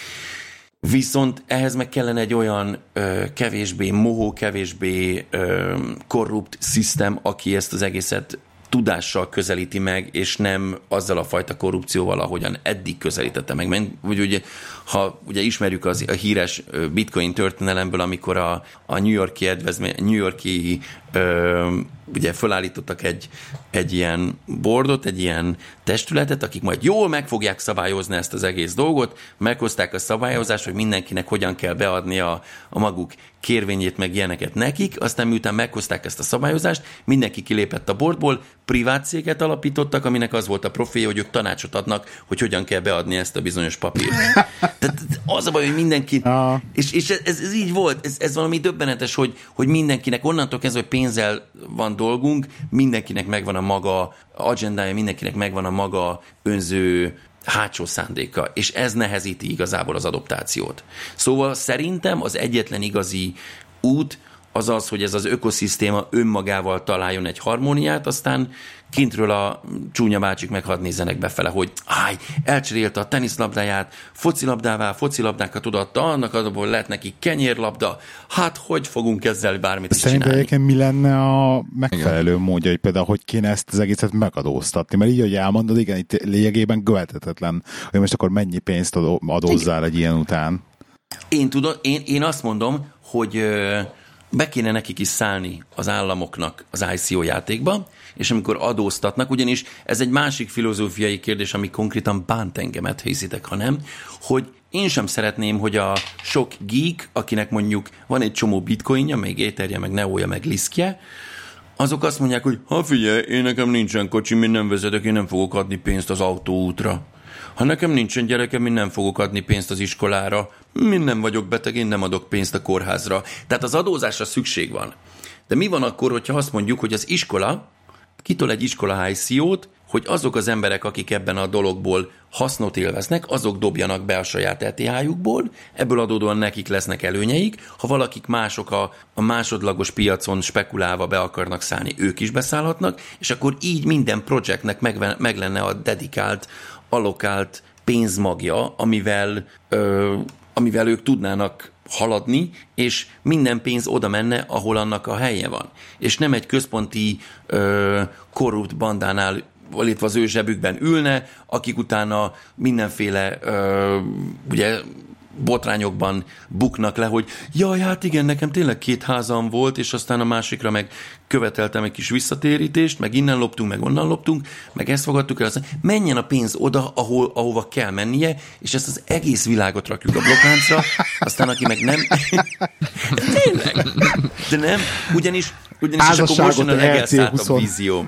viszont ehhez meg kellene egy olyan kevésbé mohó, kevésbé korrupt szisztem, aki ezt az egészet tudással közelíti meg, és nem azzal a fajta korrupcióval, ahogyan eddig közelítette meg. Ugye, ha ugye ismerjük a híres bitcoin történelemből, amikor a New York-i ugye fölállítottak egy ilyen boardot, egy ilyen testületet, akik majd jól meg fogják szabályozni ezt az egész dolgot, meghozták a szabályozást, hogy mindenkinek hogyan kell beadni a maguk kérvényét, meg ilyeneket nekik, aztán miután meghozták ezt a szabályozást, mindenki kilépett a boardból, privát céget alapítottak, aminek az volt a profilja, hogy ők tanácsot adnak, hogy hogyan kell beadni ezt a bizonyos papírt. Tehát az a baj, hogy mindenki... És ez így volt, ez valami döbbenetes, hogy mindenkinek onnantól kezdve, hogy pénzzel van dolgunk, mindenkinek megvan a maga agendája, mindenkinek megvan a maga önző hátsó szándéka, és ez nehezíti igazából az adoptációt. Szóval szerintem az egyetlen igazi út az az, hogy ez az ökoszisztéma önmagával találjon egy harmóniát, aztán kintről a csúnya bácsik meg hadd nézzenek befele, hogy elcserélte a teniszlabdáját, focilabdákat odaadta, annak adóból lett neki kenyérlabda, hát hogy fogunk ezzel bármit is csinálni? Szerintem egyébként mi lenne a megfelelő módja, hogy például hogy kéne ezt az egészet megadóztatni? Mert így, hogy elmondod, igen, itt lényegében követhetetlen, hogy most akkor mennyi pénzt adózzál egy ilyen után. Én azt mondom, hogy be kéne nekik is szállni az államoknak az ICO játékba, és amikor adóztatnak, ugyanis ez egy másik filozófiai kérdés, ami konkrétan bánt engemet, hiszitek, ha nem, hogy én sem szeretném, hogy a sok geek, akinek mondjuk van egy csomó bitcoinja, meg Etherje, meg Neója, meg Liskje, azok azt mondják, hogy figyelj, én nekem nincsen kocsim, én nem vezetek, én nem fogok adni pénzt az autóútra. Ha nekem nincsen gyerekem, én nem fogok adni pénzt az iskolára, én nem vagyok beteg, én nem adok pénzt a kórházra. Tehát az adózásra szükség van. De mi van akkor, hogyha azt mondjuk, hogy az iskola kitol egy iskola ICO-t, hogy azok az emberek, akik ebben a dologból hasznot élveznek, azok dobjanak be a saját ETH-jukból, ebből adódóan nekik lesznek előnyeik, ha valakik mások a másodlagos piacon spekulálva be akarnak szállni, ők is beszállhatnak, és akkor így minden projektnek meg lenne a dedikált, allokált pénzmagja, amivel ők tudnának haladni, és minden pénz oda menne, ahol annak a helye van. És nem egy központi korrupt bandánál itt az ő zsebükben ülne, akik utána mindenféle ugye botrányokban buknak le, hogy jaj, hát igen, nekem tényleg 2 házam volt, és aztán a másikra meg követeltem egy kis visszatérítést, meg innen loptunk, meg onnan loptunk, meg ezt fogadtuk el, aztán menjen a pénz oda, ahova kell mennie, és ezt az egész világot rakjuk a blokkláncra, aztán aki meg nem... Tényleg! De nem, ugyanis akkor most jön a legelszálltabb vízió.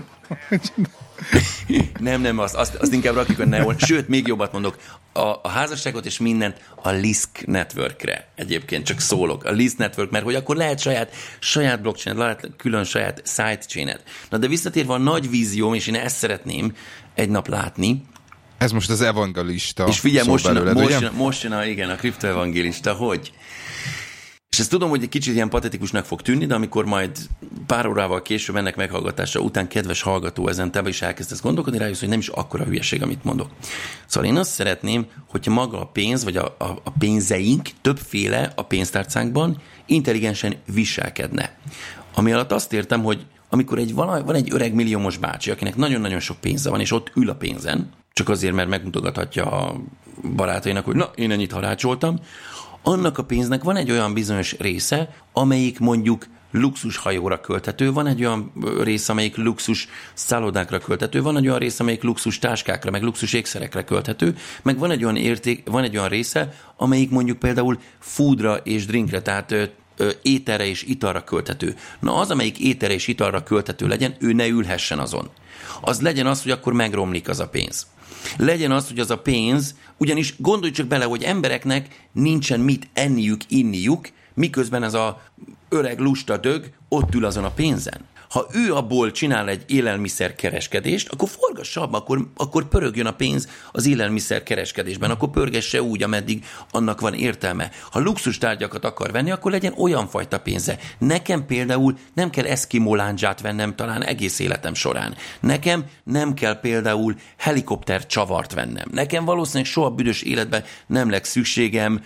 Nem, azt inkább rakjuk a Neon. Sőt, még jobbat mondok, a házasságot és mindent a Lisk Networkre egyébként csak szólok. A Lisk Network, mert hogy akkor lehet saját blockchain, lehet külön saját sidechain-et. Na de visszatérve a nagy vízióm, és én ezt szeretném egy nap látni. Ez most az evangelista. És figyelj, most jön a kriptoevangélista, hogy... És ezt tudom, hogy egy kicsit ilyen patetikusnak fog tűnni, de amikor majd pár órával később ennek meghallgatása után kedves hallgató ezen te is elkezdesz gondolkodni, rájössz, hogy nem is akkora hülyeség, amit mondok. Szóval én azt szeretném, hogyha maga a pénz, vagy a pénzeink többféle a pénztárcánkban intelligensen viselkedne. Ami alatt azt értem, hogy amikor van egy öreg milliómos bácsi, akinek nagyon-nagyon sok pénze van, és ott ül a pénzen, csak azért, mert megmutogathatja a barátainak, hogy na, én ennyit harácsoltam, annak a pénznek van egy olyan bizonyos része, amelyik mondjuk luxus hajóra költhető, van egy olyan része, amelyik luxus szállodákra költhető, van egy olyan része, amelyik luxus táskákra, meg luxus ékszerekre költhető, meg van egy olyan része, amelyik mondjuk például foodra és drinkre, tehát ételre és italra költhető. Na az, amelyik ételre és italra költhető legyen, ő ne ülhessen azon. Az legyen az, hogy akkor megromlik az a pénz. Legyen az, hogy az a pénz, ugyanis gondolj csak bele, hogy embereknek nincsen mit enniük, inniuk, miközben ez a öreg lusta dög ott ül azon a pénzen. Ha ő abból csinál egy élelmiszerkereskedést, akkor forgassa abba, akkor pörögjön a pénz az élelmiszerkereskedésben, akkor pörgesse úgy, ameddig annak van értelme. Ha luxus tárgyakat akar venni, akkor legyen olyan fajta pénze. Nekem például nem kell eszkimó lándzsát vennem talán egész életem során. Nekem nem kell például helikopter csavart vennem. Nekem valószínűleg soha büdös életben nem lesz szükségem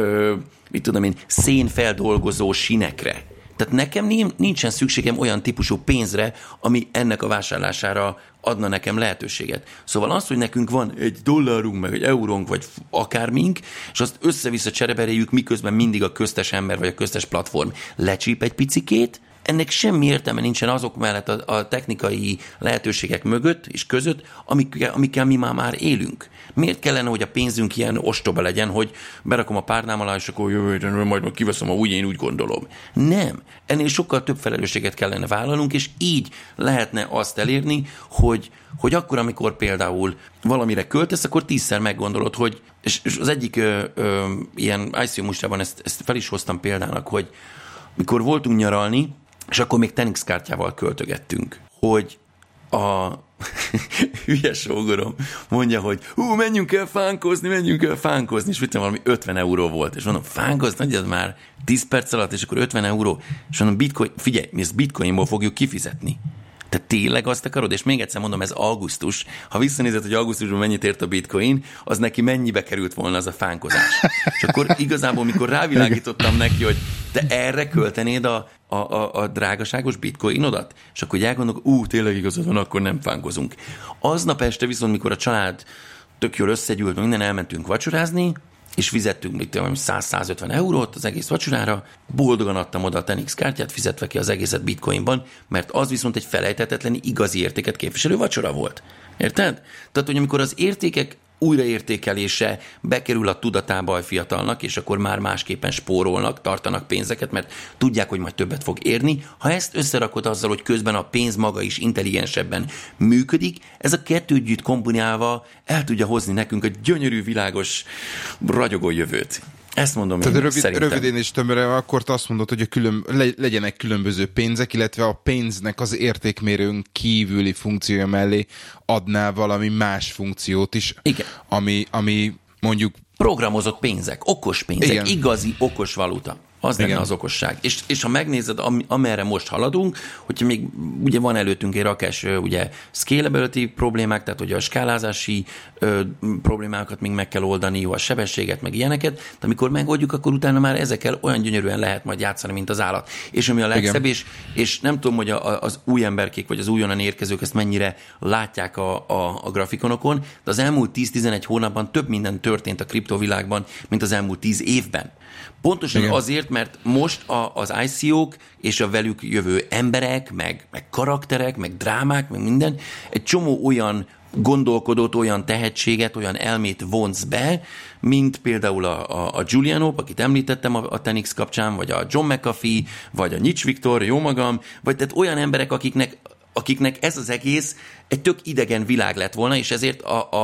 szénfeldolgozó sinekre. Tehát nekem nincsen szükségem olyan típusú pénzre, ami ennek a vásárlására adna nekem lehetőséget. Szóval az, hogy nekünk van $1, meg €1, vagy akármink, és azt össze-vissza csereberéljük, miközben mindig a köztes ember, vagy a köztes platform lecsíp egy picikét, ennek semmi értelme nincsen azok mellett a technikai lehetőségek mögött és között, amikkel mi már élünk. Miért kellene, hogy a pénzünk ilyen ostoba legyen, hogy berakom a párnám alá, és akkor jövő héten majd kiveszem, én úgy gondolom. Nem. Ennél sokkal több felelősséget kellene vállalnunk, és így lehetne azt elérni, hogy akkor, amikor például valamire költesz, akkor 10-szer meggondolod, hogy, és az egyik ilyen ICO mustában ezt fel is hoztam példának, hogy mikor voltunk nyaralni, és akkor még Tenix kártyával költögettünk, hogy a hülye sógorom mondja, hogy menjünk el fánkozni, és vittem valami 50 euró volt, és mondom, fánkozni, ez már 10 perc alatt, és akkor 50 euró, és mondom, figyelj, mi ezt bitcoinból fogjuk kifizetni. Te tényleg azt akarod? És még egyszer mondom, ez augusztus. Ha visszanézed, hogy augusztusban mennyit ért a bitcoin, az neki mennyibe került volna az a fánkozás. És akkor igazából, mikor rávilágítottam neki, hogy te erre költenéd a drágaságos bitcoinodat, és akkor elgondolok, tényleg igazad van, akkor nem fánkozunk. Aznap este viszont, mikor a család tök jól összegyűlt, minden elmentünk vacsorázni, és fizettünk 100-150 eurót az egész vacsorára, boldogan adtam oda a Tenix kártyát, fizetve ki az egészet bitcoinban, mert az viszont egy felejthetetlen igazi értéket képviselő vacsora volt. Érted? Tehát, hogy amikor az értékek újraértékelése bekerül a tudatába a fiatalnak, és akkor már másképpen spórolnak, tartanak pénzeket, mert tudják, hogy majd többet fog érni. Ha ezt összerakod azzal, hogy közben a pénz maga is intelligensebben működik, ez a kettő együtt kombinálva el tudja hozni nekünk a gyönyörű, világos, ragyogó jövőt. Ezt mondom én, szerintem. Röviden és tömören, akkor te azt mondod, hogy legyenek különböző pénzek, illetve a pénznek az értékmérőn kívüli funkciója mellé adná valami más funkciót is. Igen. Ami mondjuk... Programozott pénzek, okos pénzek, igen. Igazi okos valuta. Az lenne az okosság. És ha megnézed, amerre most haladunk, hogyha még ugye van előttünk egy rakás ugye scalability problémák, tehát hogy a skálázási problémákat még meg kell oldani, a sebességet, meg ilyeneket, de amikor megoldjuk, akkor utána már ezekkel olyan gyönyörűen lehet majd játszani, mint az állat. És ami a legszebb, és nem tudom, hogy az új emberkék, vagy az újonnan érkezők ezt mennyire látják a grafikonokon, de az elmúlt 10-11 hónapban több minden történt a kriptovilágban, mint az elmúlt 10 évben. Pontosan azért, mert most az ICO-k és a velük jövő emberek, meg karakterek, meg drámák, meg minden, egy csomó olyan gondolkodót, olyan tehetséget, olyan elmét vonz be, mint például a Giuliano, akit említettem a Tenix kapcsán, vagy a John McAfee, vagy a Nitsch Viktor, jó magam, vagy tehát olyan emberek, akiknek ez az egész egy tök idegen világ lett volna, és ezért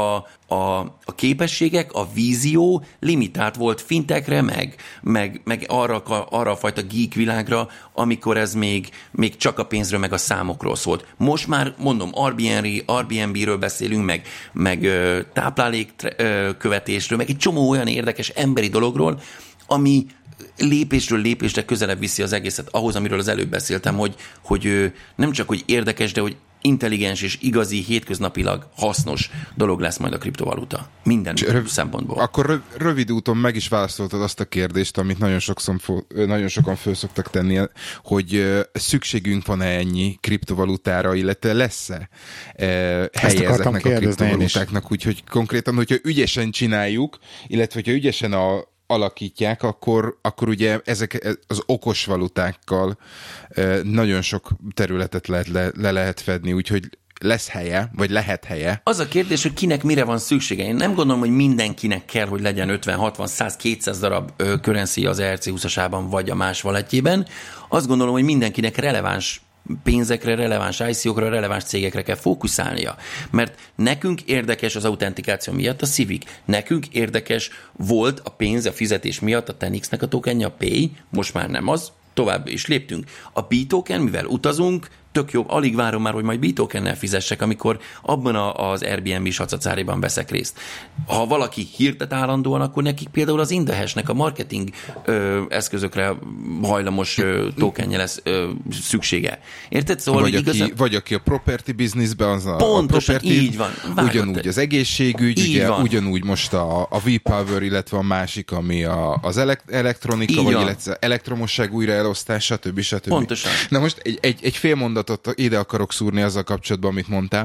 a képességek, a vízió limitált volt fintekre, meg arra a fajta geek világra, amikor ez még csak a pénzről, meg a számokról szólt. Most már, mondom, Airbnb-ről beszélünk, meg táplálékkövetésről, meg egy csomó olyan érdekes emberi dologról, ami lépésről lépésre közelebb viszi az egészet ahhoz, amiről az előbb beszéltem, hogy nem csak, hogy érdekes, de hogy intelligens és igazi, hétköznapilag hasznos dolog lesz majd a kriptovaluta. Minden szempontból. Akkor rövid úton meg is válaszoltad azt a kérdést, amit nagyon sokan föl szoktak tenni, hogy szükségünk van-e ennyi kriptovalutára, illetve lesz-e helye ezeknek a kriptovalutáknak, úgyhogy konkrétan, hogyha ügyesen csináljuk, illetve hogyha ügyesen alakítják, akkor ugye ezek az okos valutákkal nagyon sok területet le lehet fedni, úgyhogy lesz helye, vagy lehet helye. Az a kérdés, hogy kinek mire van szüksége. Én nem gondolom, hogy mindenkinek kell, hogy legyen 50, 60, 100, 200 darab currency az ERC20-asában, vagy a más valetjében. Azt gondolom, hogy mindenkinek releváns pénzekre, releváns ICO-kra, releváns cégekre kell fókuszálnia. Mert nekünk érdekes az autentikáció miatt a Civic. Nekünk érdekes volt a pénz, a fizetés miatt a Tenixnek a tokenje, a Pay, most már nem az, tovább is léptünk. A B-token, mivel utazunk, tök jó, alig várom már, hogy majd B-tokennel fizessek, amikor abban az Airbnb sacacáriban veszek részt. Ha valaki hirdet állandóan, akkor nekik például az Indahashnek a marketing eszközökre hajlamos tokenje lesz szüksége. Érted? Szóval, vagy aki a property businessben, az pontosan, a property, így van. Ugyanúgy az egészségügy, ugye, ugyanúgy most a V-Power, illetve a másik, ami az elektronika, vagy illetve elektromosság újraelosztás, stb. Pontosan. Na most egy fél mondatot ide akarok szúrni azzal kapcsolatban, amit mondtál.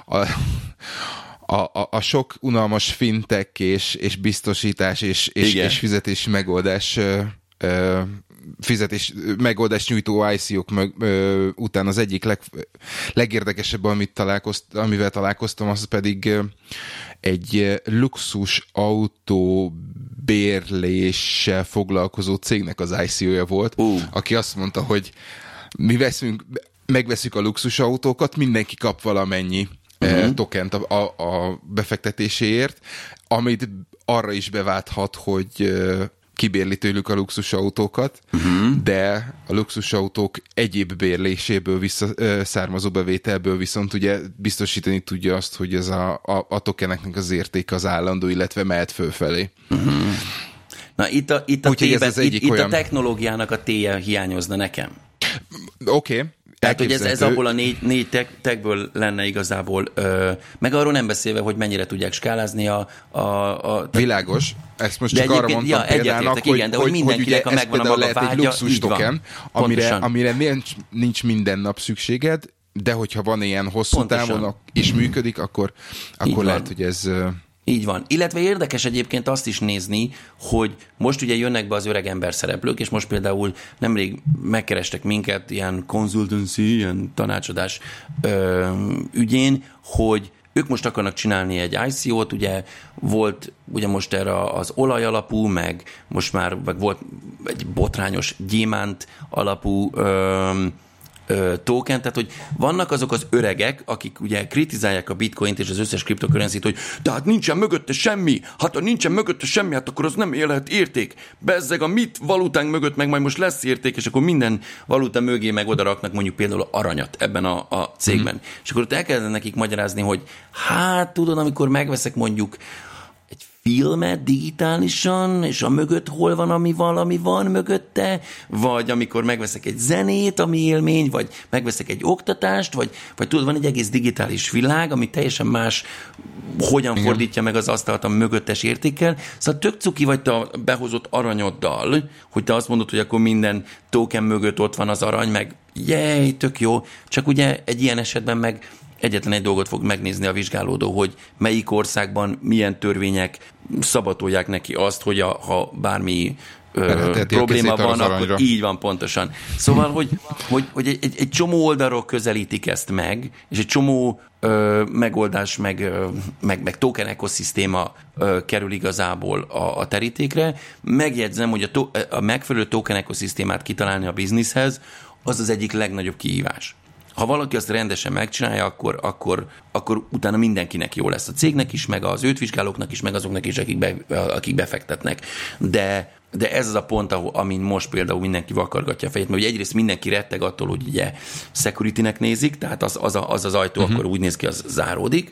A sok unalmas fintech és biztosítás és fizetési megoldás fizetés megoldást nyújtó ICO-k után az egyik legérdekesebb, amivel találkoztam, az pedig egy luxus autó bérléssel foglalkozó cégnek az ICO-ja volt, aki azt mondta, hogy mi megveszünk a luxusautókat, mindenki kap valamennyi tokent a befektetéséért, amit arra is beválthat, hogy kibérli tőlük a luxusautókat, de a luxusautók egyéb bérléséből származó bevételből viszont ugye biztosítani tudja azt, hogy ez a tokeneknek az értéke az állandó, illetve mehet fölfelé. Na itt a technológiának a téje hiányozna nekem. Oké. Tehát, hogy ez abból a négy techből lenne igazából, meg arról nem beszélve, hogy mennyire tudják skálázni Világos. Ezt most csak arra mondtam példának, hogy ugye ez például lehet egy luxus token, amire nincs minden nap szükséged, de hogyha van ilyen hosszú távon és működik, akkor lehet, hogy ez... Így van. Illetve érdekes egyébként azt is nézni, hogy most ugye jönnek be az öreg ember szereplők, és most például nemrég megkerestek minket ilyen consultancy, ilyen tanácsadás ügyén, hogy ők most akarnak csinálni egy ICO-t, ugye volt ugye most erre az olaj alapú, meg most már volt egy botrányos gyémánt alapú token, tehát hogy vannak azok az öregek, akik ugye kritizálják a bitcoint és az összes kriptokörrencét, hogy tehát nincsen mögötte semmi, hát ha nincsen mögötte semmi, hát akkor az nem élhet érték. Bezzeg a mit valutánk mögött meg majd most lesz érték, és akkor minden valuta mögé meg oda raknak mondjuk például aranyat ebben a cégben. És akkor ott el kellene nekik magyarázni, hogy hát tudod, amikor megveszek mondjuk egy filmet digitálisan, és a mögött hol van, ami valami van mögötte, vagy amikor megveszek egy zenét, ami élmény, vagy megveszek egy oktatást, vagy tudod, van egy egész digitális világ, ami teljesen más, hogyan fordítja meg az asztalt a mögöttes értékkel. Szóval tök cuki vagy te a behozott aranyoddal, hogy te azt mondod, hogy akkor minden token mögött ott van az arany, meg tök jó, csak ugye egy ilyen esetben meg egyetlen egy dolgot fog megnézni a vizsgálódó, hogy melyik országban milyen törvények szabatolják neki azt, hogy ha bármi probléma van, akkor így van pontosan. Szóval, hogy egy csomó oldalról közelítik ezt meg, és egy csomó megoldás, meg token ekoszisztéma kerül igazából a terítékre. Megjegyzem, hogy a megfelelő token ekoszisztémát kitalálni a bizniszhez, az az egyik legnagyobb kihívás. Ha valaki azt rendesen megcsinálja, akkor utána mindenkinek jó lesz. A cégnek is, meg az őt vizsgálóknak is, meg azoknak is, akik befektetnek. De ez az a pont, amin most például mindenki vakargatja a fejét, mert ugye egyrészt mindenki retteg attól, hogy ugye security-nek nézik, tehát az ajtó akkor úgy néz ki, az záródik.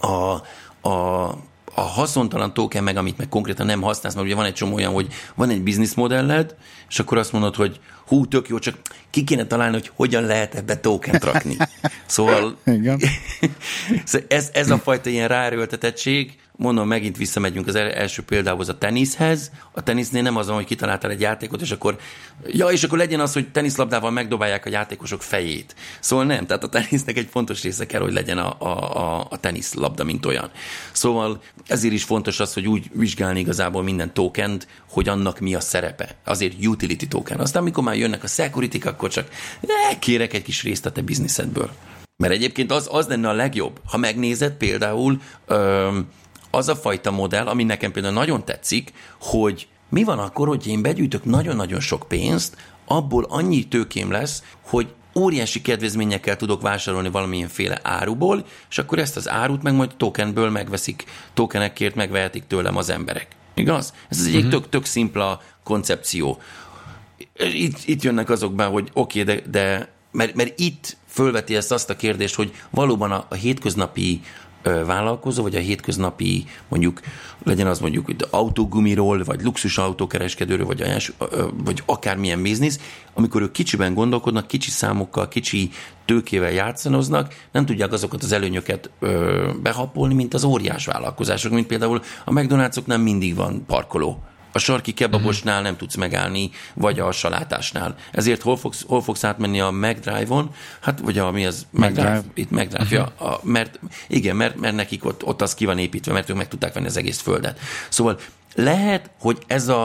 A haszontalan token meg, amit meg konkrétan nem használsz, mert ugye van egy csomó olyan, hogy van egy bizniszmodelled, és akkor azt mondod, hogy tök jó, csak ki kéne találni, hogy hogyan lehet ebbe tokent rakni. Szóval ez a fajta ilyen ráerőltetettség, mondom, megint visszamegyünk az első példához, a teniszhez. A tenisznél nem azon, hogy kitaláltál egy játékot, és akkor legyen az, hogy teniszlabdával megdobálják a játékosok fejét. Szóval nem, tehát a tenisznek egy fontos része kell, hogy legyen a teniszlabda, mint olyan. Szóval ezért is fontos az, hogy úgy vizsgálni igazából minden tokent, hogy annak mi a szerepe. Azért utility token. Aztán amikor már jönnek a security-k, akkor csak kérek egy kis részt a te bizniszedből. Mert egyébként az lenne a legjobb. Ha megnézed például az a fajta modell, ami nekem például nagyon tetszik, hogy mi van akkor, hogy én begyűjtök nagyon-nagyon sok pénzt, abból annyi tőkém lesz, hogy óriási kedvezményekkel tudok vásárolni valamilyenféle áruból, és akkor ezt az árut meg majd tokenből megveszik, tokenekért megvehetik tőlem az emberek. Igaz? Ez egy tök szimpla koncepció. Itt jönnek azok be, hogy oké, de mert itt fölveti azt a kérdést, hogy valóban a hétköznapi vállalkozó, vagy a hétköznapi mondjuk, legyen az mondjuk autógumiról, vagy luxus autókereskedőről, vagy akármilyen biznisz, amikor ők kicsiben gondolkodnak, kicsi számokkal, kicsi tőkével játszanoznak, nem tudják azokat az előnyöket behapolni, mint az óriás vállalkozások, mint például a McDonald'sok nem mindig van parkoló. A sarki kebabosnál nem tudsz megállni, vagy a salátásnál. Ezért hol fogsz átmenni a McDrive-on? Hát, vagy mi az? McDrive. Itt McDrive. Mert nekik ott az ki van építve, mert ők meg tudták venni az egész földet. Szóval lehet, hogy ez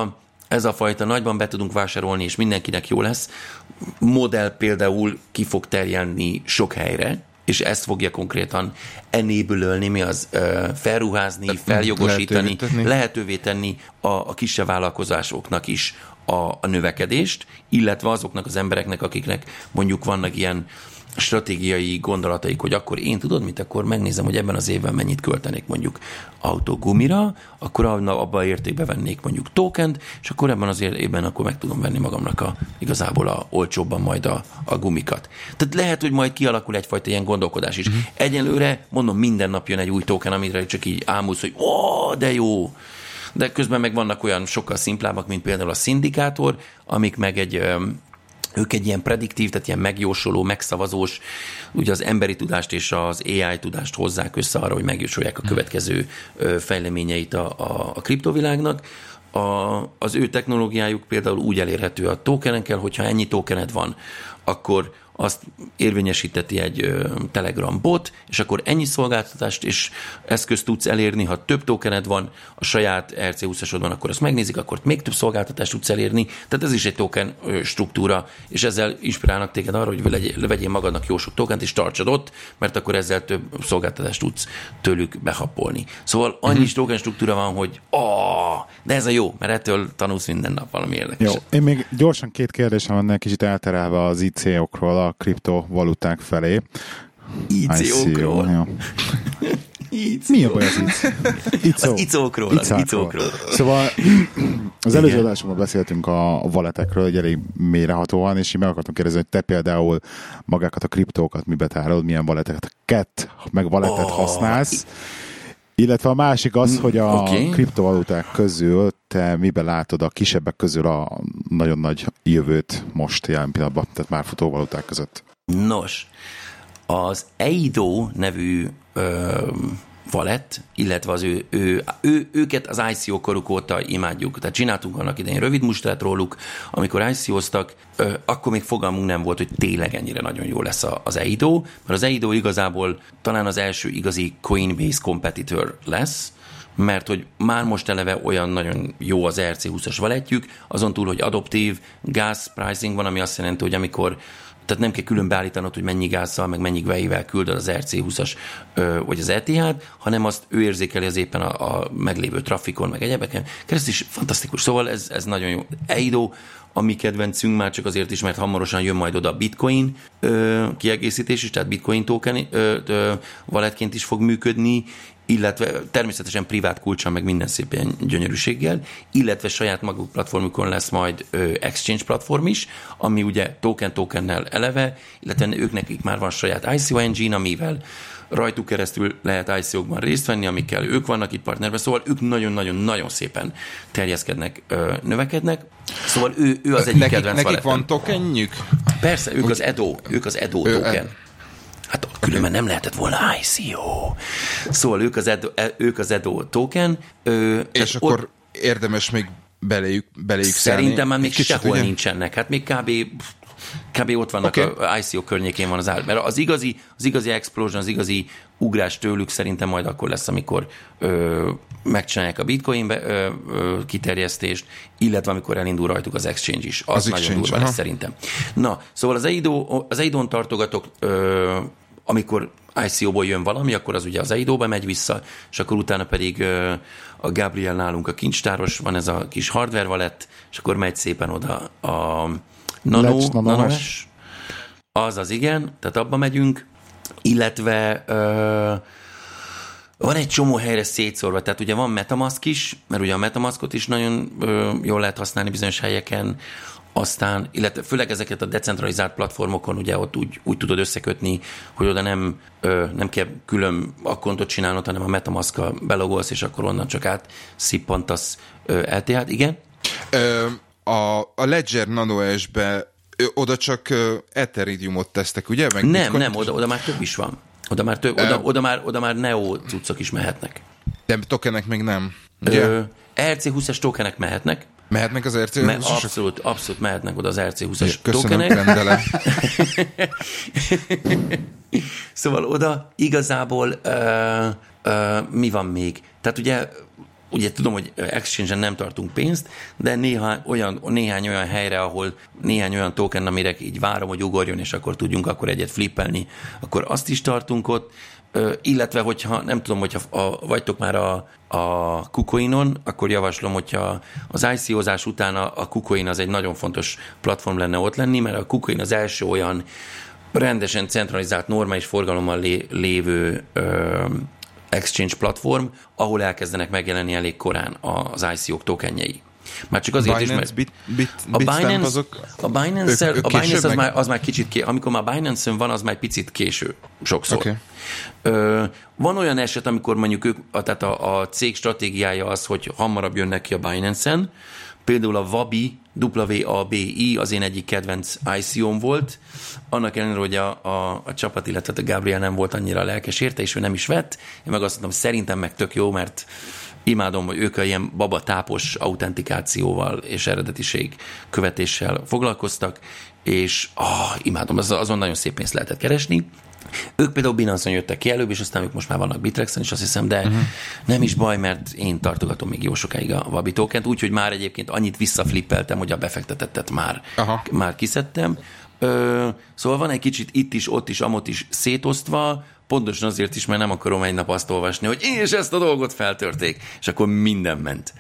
ez a fajta nagyban be tudunk vásárolni, és mindenkinek jó lesz, modell például ki fog terjedni sok helyre, és ezt fogja konkrétan enabölölni, mi az felruházni, feljogosítani, lehetővé tenni a kisebb vállalkozásoknak is a növekedést, illetve azoknak az embereknek, akiknek mondjuk vannak ilyen stratégiai gondolataik, hogy akkor én tudod mit, akkor megnézem, hogy ebben az évben mennyit költenék mondjuk autógumira, akkor abban értékbe vennék mondjuk tokent, és akkor ebben az évben akkor meg tudom venni magamnak igazából olcsóbban majd a gumikat. Tehát lehet, hogy majd kialakul egyfajta ilyen gondolkodás is. Egyelőre, mondom, minden nap jön egy új token, amire csak így ámulsz, hogy de jó! De közben meg vannak olyan sokkal szimplábbak, mint például a szindikátor, amik meg ők egy ilyen prediktív, tehát ilyen megjósoló, megszavazós, ugye az emberi tudást és az AI tudást hozzák össze arra, hogy megjósolják a következő fejleményeit a kriptovilágnak. Az ő technológiájuk például úgy elérhető a tokenekkel, hogyha ennyi tokened van, akkor azt érvényesíteti egy Telegram bot, és akkor ennyi szolgáltatást és eszközt tudsz elérni, ha több tokened van, a saját RC20-asodban, akkor azt megnézik, akkor még több szolgáltatást tudsz elérni. Tehát ez is egy token struktúra, és ezzel inspirálnak téged arra, hogy vegyél magadnak jó sok tokent, és tartsad ott, mert akkor ezzel több szolgáltatást tudsz tőlük behappolni. Szóval annyi token struktúra van, hogy de ez a jó, mert ettől tanulsz minden nap valami érdekes. Jó, én még gyorsan 2 kérdésem van, kicsit elterelve az ICO-król, a kriptovaluták felé. ICO-król? Mi a baj az ICO? Az ICO-król. Szóval az előző adásomban beszéltünk a walletekről, egy elég mélyrehatóan, és én meg akartam kérdezni, hogy te például magákat a kriptókat mibe tárolod, milyen walleteket, meg walletet használsz, illetve a másik az, hogy a kriptovaluták közül te miben látod a kisebbek közül a nagyon nagy jövőt most jelen pillanatban, tehát már futó valuták között. Nos, az EIDO nevű wallet, illetve az őket az ICO koruk óta imádjuk. Tehát csináltunk annak idején rövid mustrát róluk, amikor ICO-ztak, akkor még fogalmunk nem volt, hogy tényleg ennyire nagyon jó lesz az EIDO, mert az EIDO igazából talán az első igazi Coinbase competitor lesz, mert hogy már most eleve olyan nagyon jó az ERC20-as walletjük, azon túl, hogy adoptív gas pricing van, ami azt jelenti, hogy amikor tehát nem kell külön beállítanod, hogy mennyi gázzal, meg mennyi vejével küldöd az RC20-as vagy az ETH-t, hanem azt ő érzékeli az éppen a meglévő trafikon, meg egyebeken. Keresztül is fantasztikus. Szóval ez nagyon jó. EIDO, a mi kedvencünk már csak azért is, mert hamarosan jön majd oda a Bitcoin kiegészítés is, tehát Bitcoin token walletként is fog működni, illetve természetesen privát kulccsal, meg minden szép ilyen gyönyörűséggel, illetve saját maguk platformukon lesz majd exchange platform is, ami ugye tokennel eleve, illetve ők nekik már van saját ICO engine, amivel rajtuk keresztül lehet ICO-kban részt venni, amikkel ők vannak itt partnerben, szóval ők nagyon-nagyon-nagyon szépen terjeszkednek, növekednek, szóval ő az egyik kedvenc nekik van tokenjük? Persze, ők az EDO token. Hát különben nem lehetett volna ICO. Szóval ők az EDO token. És akkor érdemes még beléjük szerintem már még sehol ugye? Nincsenek. Hát még kb. Ott vannak a ICO környékén van az áll. Mert az igazi explosion, az igazi ugrás tőlük szerintem majd akkor lesz, amikor megcsinálják a Bitcoin kiterjesztést, illetve amikor elindul rajtuk az exchange is. Az nagyon durva lesz szerintem. Na, szóval az EIDO-n tartogatok, amikor ICO-ból jön valami, akkor az ugye az EIDO-ba megy vissza, és akkor utána pedig a Gabriel nálunk a kincstáros, van ez a kis hardware wallet, és akkor megy szépen oda a nanos. Az igen, tehát abba megyünk, illetve van egy csomó helyre szétszórva, tehát ugye van MetaMask is, mert ugye a MetaMaskot is nagyon jól lehet használni bizonyos helyeken, aztán, illetve főleg ezeket a decentralizált platformokon ugye ott úgy tudod összekötni, hogy oda nem kell külön akkontot csinálnod, hanem a MetaMask-kal belogolsz, és akkor onnan csak szippantasz LTH-t. Igen? A Ledger NanoS-be oda csak Ethereum-ot tesztek, ugye? Meg nem, oda már több is van. Oda már Neo cuccok is mehetnek. De tokenek még nem. Ugye? RC20-as tokenek mehetnek. Mehetnek az RC20-as? Abszolút mehetnek oda az RC20-as tokenek. Köszönöm, rendelem. Szóval oda igazából mi van még? Tehát ugye ugye tudom, hogy exchange-en nem tartunk pénzt, de néhány olyan helyre, ahol néhány olyan token, amire így várom, hogy ugorjon, és akkor tudjunk akkor egyet flippelni, akkor azt is tartunk ott, illetve hogyha, nem tudom, hogyha vagytok már a KuCoinon, akkor javaslom, hogyha az ICO-zás után a KuCoin az egy nagyon fontos platform lenne ott lenni, mert a KuCoin az első olyan rendesen centralizált norma és forgalommal lévő exchange platform, ahol elkezdenek megjelenni elég korán az ICO-k tokenjei. Már csak azért Binance, is, mert a Binance az már kicsit amikor már Binance-ön van, az már egy picit késő sokszor. Okay. Van olyan eset, amikor mondjuk tehát a cég stratégiája az, hogy hamarabb jönnek ki a Binance-en, például a Wabi, WABI az én egyik kedvenc ICO-m volt, annak ellenére, hogy a csapat, illetve a Gabriel nem volt annyira lelkes érte, és ő nem is vett. Én meg azt mondtam, szerintem meg tök jó, mert imádom, hogy ők ilyen babatápos autentikációval és eredetiség követéssel foglalkoztak, és imádom, azon nagyon szép pénzt lehetett keresni. Ők például Binance-on jöttek ki előbb, és aztán ők most már vannak Bitrexen is, azt hiszem, de nem is baj, mert én tartogatom még jó sokáig a Wabi tokent, úgyhogy már egyébként annyit visszaflippeltem, hogy a befektetettet már kiszedtem. Szóval van egy kicsit itt is, ott is, amott is szétosztva, pontosan azért is, mert nem akarom egy nap azt olvasni, hogy én is ezt a dolgot feltörték, és akkor minden ment.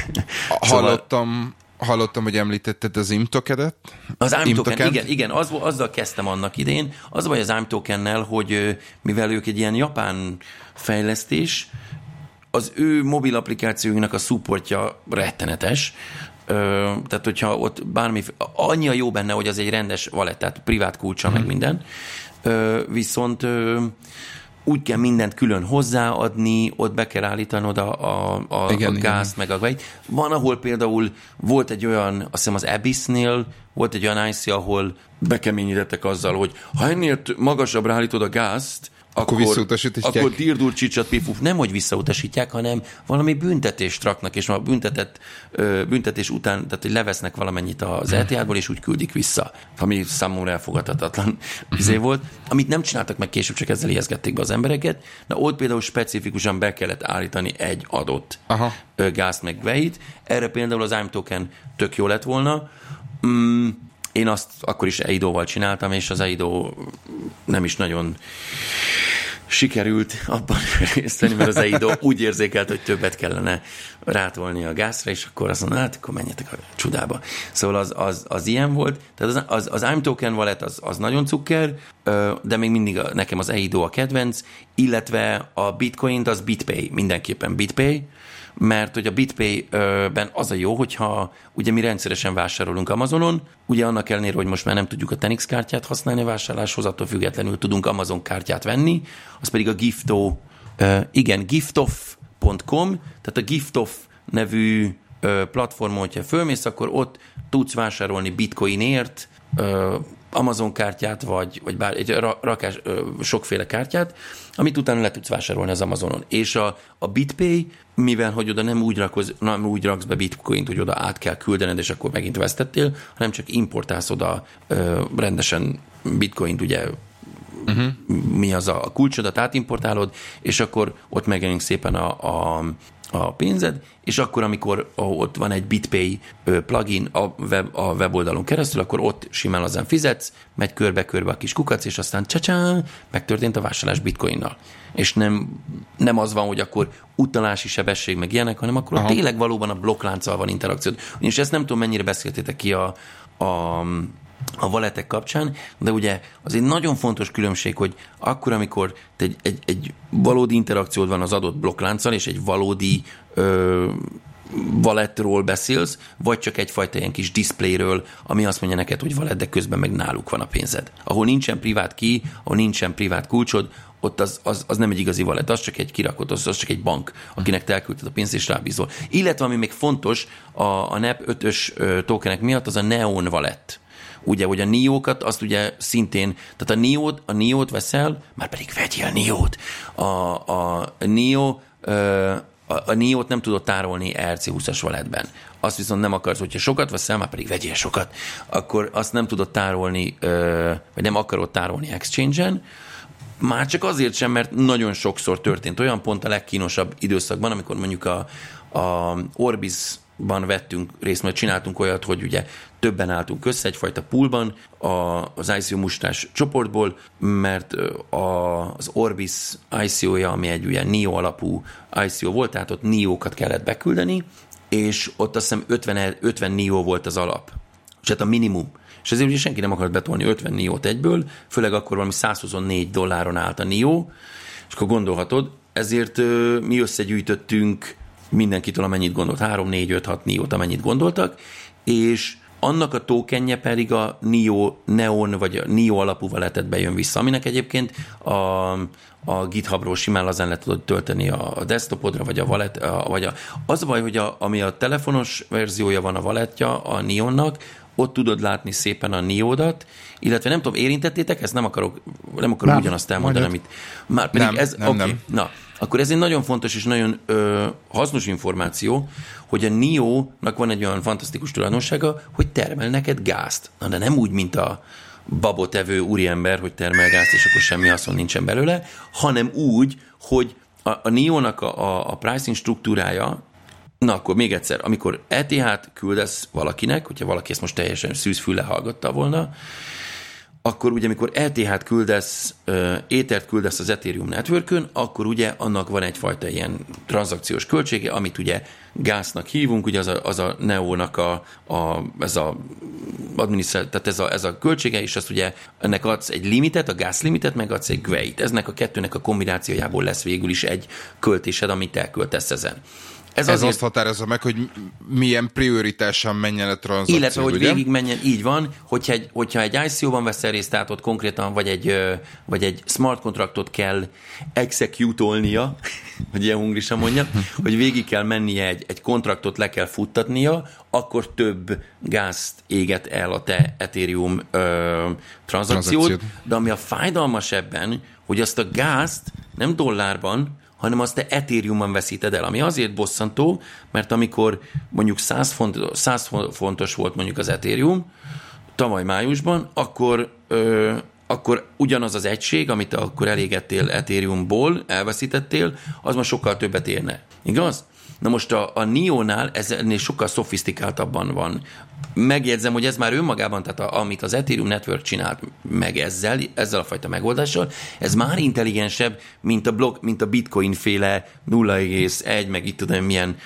Hallottam, hogy említetted az IM-tokenet. Az IM-token, igen, azzal kezdtem annak idén. Az a baj az IM-tokennel, hogy mivel ők egy ilyen japán fejlesztés, az ő mobil applikációinak a supportja rettenetes. Tehát, hogyha ott bármi, annyi a jó benne, hogy az egy rendes wallet, tehát privát kulcsa, meg minden. Viszont úgy kell mindent külön hozzáadni, ott be kell állítanod a gázt, meg a vejt. Van, ahol például volt egy olyan, azt hiszem az Abyss-nél volt egy olyan IC, ahol bekeményítettek azzal, hogy ha ennél magasabbra állítod a gázt, akkor dirdur csicsat pifuf. Nem, hogy visszautasítják, hanem valami büntetést raknak, és a büntetés után, tehát hogy levesznek valamennyit az ETH-ból, és úgy küldik vissza. Ami számomra elfogadhatatlan volt. Amit nem csináltak meg később, csak ezzel ijeszgették be az embereket. Na ott például specifikusan be kellett állítani egy adott gázt meg vejt. Erre például az IM token tök jó lett volna. Én azt akkor is EIDO-val csináltam, és az EIDO nem is nagyon sikerült abban részt venni, mert az EIDO úgy érzékelt, hogy többet kellene rátolni a gázra, és akkor azt mondta, hát akkor menjetek a csudába. Szóval az ilyen volt. Tehát az IM token wallet az nagyon cukker, de még mindig nekem az EIDO a kedvenc, illetve a Bitcoint az BitPay, mindenképpen BitPay, mert hogy a BitPay-ben az a jó, hogyha ugye mi rendszeresen vásárolunk Amazonon, ugye annak ellenére, hogy most már nem tudjuk a Tenix kártyát használni a vásárláshoz, attól függetlenül tudunk Amazon kártyát venni, az pedig a Gifto, giftoff.com, tehát a Giftoff nevű platformon, hogyha fölmész, akkor ott tudsz vásárolni bitcoinért, Amazon kártyát, vagy bár egy rakás, sokféle kártyát, amit utána le tudsz vásárolni az Amazonon. És a BitPay, mivel hogy oda nem úgy raksz be bitcoint, hogy oda át kell küldened, és akkor megint vesztettél, hanem csak importálsz oda rendesen bitcoint, ugye mi az a kulcsodat, átimportálod, és akkor ott megjelenik szépen a pénzed, és akkor, amikor ott van egy BitPay plugin a weboldalon keresztül, akkor ott simán azon fizetsz, megy körbe-körbe a kis kukac, és aztán megtörtént a vásárlás bitcoinnal. És nem az van, hogy akkor utalási sebesség meg ilyenek, hanem akkor tényleg valóban a blokklánccal van interakciód. És ezt nem tudom, mennyire beszéltétek ki a walletek kapcsán, de ugye az egy nagyon fontos különbség, hogy akkor, amikor te egy valódi interakciód van az adott blokklánccal, és egy valódi walletról beszélsz, vagy csak egyfajta ilyen kis displayről, ami azt mondja neked, hogy wallet, de közben meg náluk van a pénzed. Ahol nincsen privát key, ahol nincsen privát kulcsod, ott az nem egy igazi wallet, az csak egy kirakott, az csak egy bank, akinek te elküldted a pénzt és rábízol. Illetve, ami még fontos, a NEP 5-ös tokenek miatt, az a Neon wallet. Ugye, hogy a NIO-kat, azt ugye szintén, tehát a NIO-t veszel, már pedig vegyél NIO-t. A NIO-t nem tudod tárolni ERC20-as walletben. Azt viszont nem akarsz, hogyha sokat veszel, már pedig vegyél sokat, akkor azt nem tudod tárolni, vagy nem akarod tárolni exchange-en, Már csak azért sem, mert nagyon sokszor történt olyan, pont a legkínosabb időszakban, amikor mondjuk a Orbisban vettünk részt, mert csináltunk olyat, hogy ugye többen álltunk össze egyfajta poolban az ICO mustás csoportból, mert az Orbis ICO-ja, ami egy ugye NIO alapú ICO volt, tehát ott NIO-kat kellett beküldeni, és ott azt hiszem 50 NIO volt az alap, és hát a minimum. És ezért ugye senki nem akart betolni 50 NIO-t egyből, főleg akkor valami $124 állt a NIO, és akkor gondolhatod, ezért mi összegyűjtöttünk mindenkitől, amennyit gondolt, 3, 4, 5, 6 NIO-t, amennyit gondoltak, és annak a tokenje pedig a NIO Neon, vagy a NIO alapú walletedbe jön vissza, aminek egyébként a GitHubról simán lazán le tudod tölteni a desktopodra, vagy a wallet, az a baj, hogy ami a telefonos verziója van a walletja a Nionnak, ott tudod látni szépen a NIO-dat, illetve nem tudom, érintettétek? Ezt nem akarom ugyanazt elmondani, amit már pedig nem, ez... Nem. Na, akkor ez egy nagyon fontos és nagyon hasznos információ, hogy a NIO-nak van egy olyan fantasztikus tulajdonsága, hogy termel neked gázt. Na, de nem úgy, mint a babotevő úriember, hogy termel gázt, és akkor semmi haszon nincsen belőle, hanem úgy, hogy a NIO-nak a pricing struktúrája. Na, akkor még egyszer, amikor ETH-t küldesz valakinek, hogyha valaki ezt most teljesen szűzfüllel hallgatta volna, akkor ugye, amikor ETH-t küldesz, Ethert küldesz az Ethereum Networkön, akkor ugye annak van egyfajta ilyen tranzakciós költsége, amit ugye gáznak hívunk, ugye az a Neo-nak ez a költsége, és azt ugye ennek adsz egy limitet, a gázlimitet, meg adsz egy GWEI-t. Eznek a kettőnek a kombinációjából lesz végül is egy költésed, amit elköltesz ezen. Ez azt határozza meg, hogy milyen prioritásan menjen a tranzakció. Illetve, hogy ugye? végig menjen, így van, hogyha egy ICO-ban veszel részt, tehát ott konkrétan vagy egy smart kontraktot kell execute-olnia, hogy ilyen hungrisan mondjam, hogy végig kell mennie egy kontraktot, le kell futtatnia, akkor több gázt éget el a te Ethereum tranzakciót, de ami a fájdalmas ebben, hogy azt a gázt nem dollárban, hanem azt te Ethereumban veszíted el, ami azért bosszantó, mert amikor mondjuk 100 fontos volt mondjuk az Ethereum tavaly májusban, akkor ugyanaz az egység, amit akkor elégettél Ethereumból, elveszítettél, az már sokkal többet érne. Igaz? Na most a NIO-nál ez ennél sokkal szofisztikáltabban van. Megjegyzem, hogy ez már önmagában, tehát amit az Ethereum Network csinált meg ezzel a fajta megoldással, ez már intelligensebb, mint a Bitcoin-féle 0,1, meg itt tudom milyen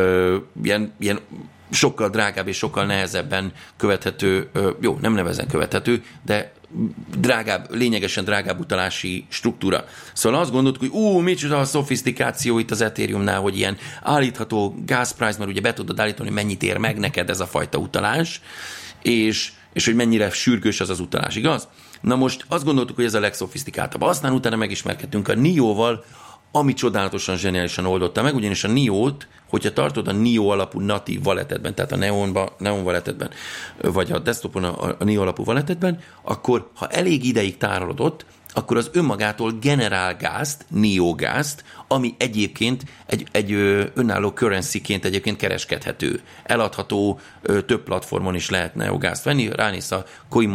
ilyen sokkal drágább és sokkal nehezebben követhető, jó, nem nevezen követhető, de lényegesen drágább utalási struktúra. Szóval azt gondoltuk, hogy micsoda a szofisztikáció itt az Ethereumnál, hogy ilyen állítható gázprice, mert ugye be tudod állítani, mennyit ér meg neked ez a fajta utalás, és hogy mennyire sürgős az utalás, igaz? Na most azt gondoltuk, hogy ez a legszofisztikáltabb. Aztán utána megismerkedtünk a NIO-val, ami csodálatosan, zseniálisan oldotta meg, ugyanis a NIO-t, hogyha tartod a NIO alapú natív walletedben, tehát a Neon walletedben, vagy a desktopon a NIO alapú walletedben, akkor ha elég ideig tárolod ott, akkor az önmagától generál gázt, NIO gázt, ami egyébként egy önálló currency-ként egyébként kereskedhető. Eladható, több platformon is lehet NIO gázt venni, ránézsz a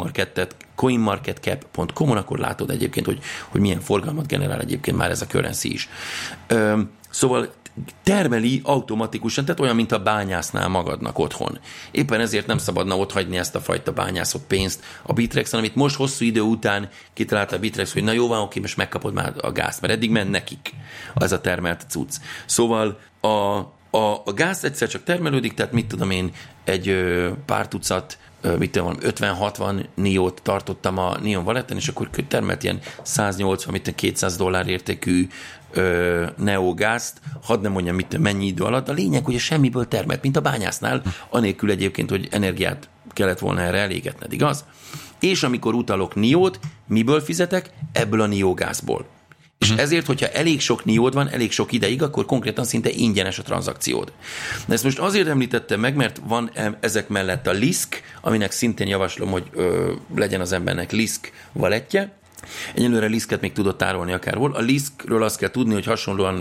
coinmarketcap.com-on, akkor látod egyébként, hogy milyen forgalmat generál egyébként már ez a currency is. Szóval termeli automatikusan, tehát olyan, mint a bányásznál magadnak otthon. Éppen ezért nem szabadna otthagyni ezt a fajta bányászott pénzt a Bitrexen, amit most hosszú idő után kitalálta a Bitrex, hogy na jó van, oké, most megkapod már a gázt, mert eddig ment nekik az a termelt cucc. Szóval a gáz egyszer csak termelődik, tehát mit tudom én, egy pár tucat 50-60 NIO-t tartottam a Neon Walleten, és akkor termelt ilyen 180-200 dollár értékű neogázt, hadd nem mondjam mennyi idő alatt, a lényeg, hogy a semmiből termelt, mint a bányásznál, anélkül egyébként, hogy energiát kellett volna erre elégetned, igaz? És amikor utalok NIO-t, miből fizetek? Ebből a NIO gázból. És ezért, hogyha elég sok NIO-d van, elég sok ideig, akkor konkrétan szinte ingyenes a tranzakciód. De ezt most azért említettem meg, mert van ezek mellett a Lisk, aminek szintén javaslom, hogy legyen az embernek Lisk waletje. Egyelőre Lisket még tudod tárolni akárhol. A Liskről azt kell tudni, hogy hasonlóan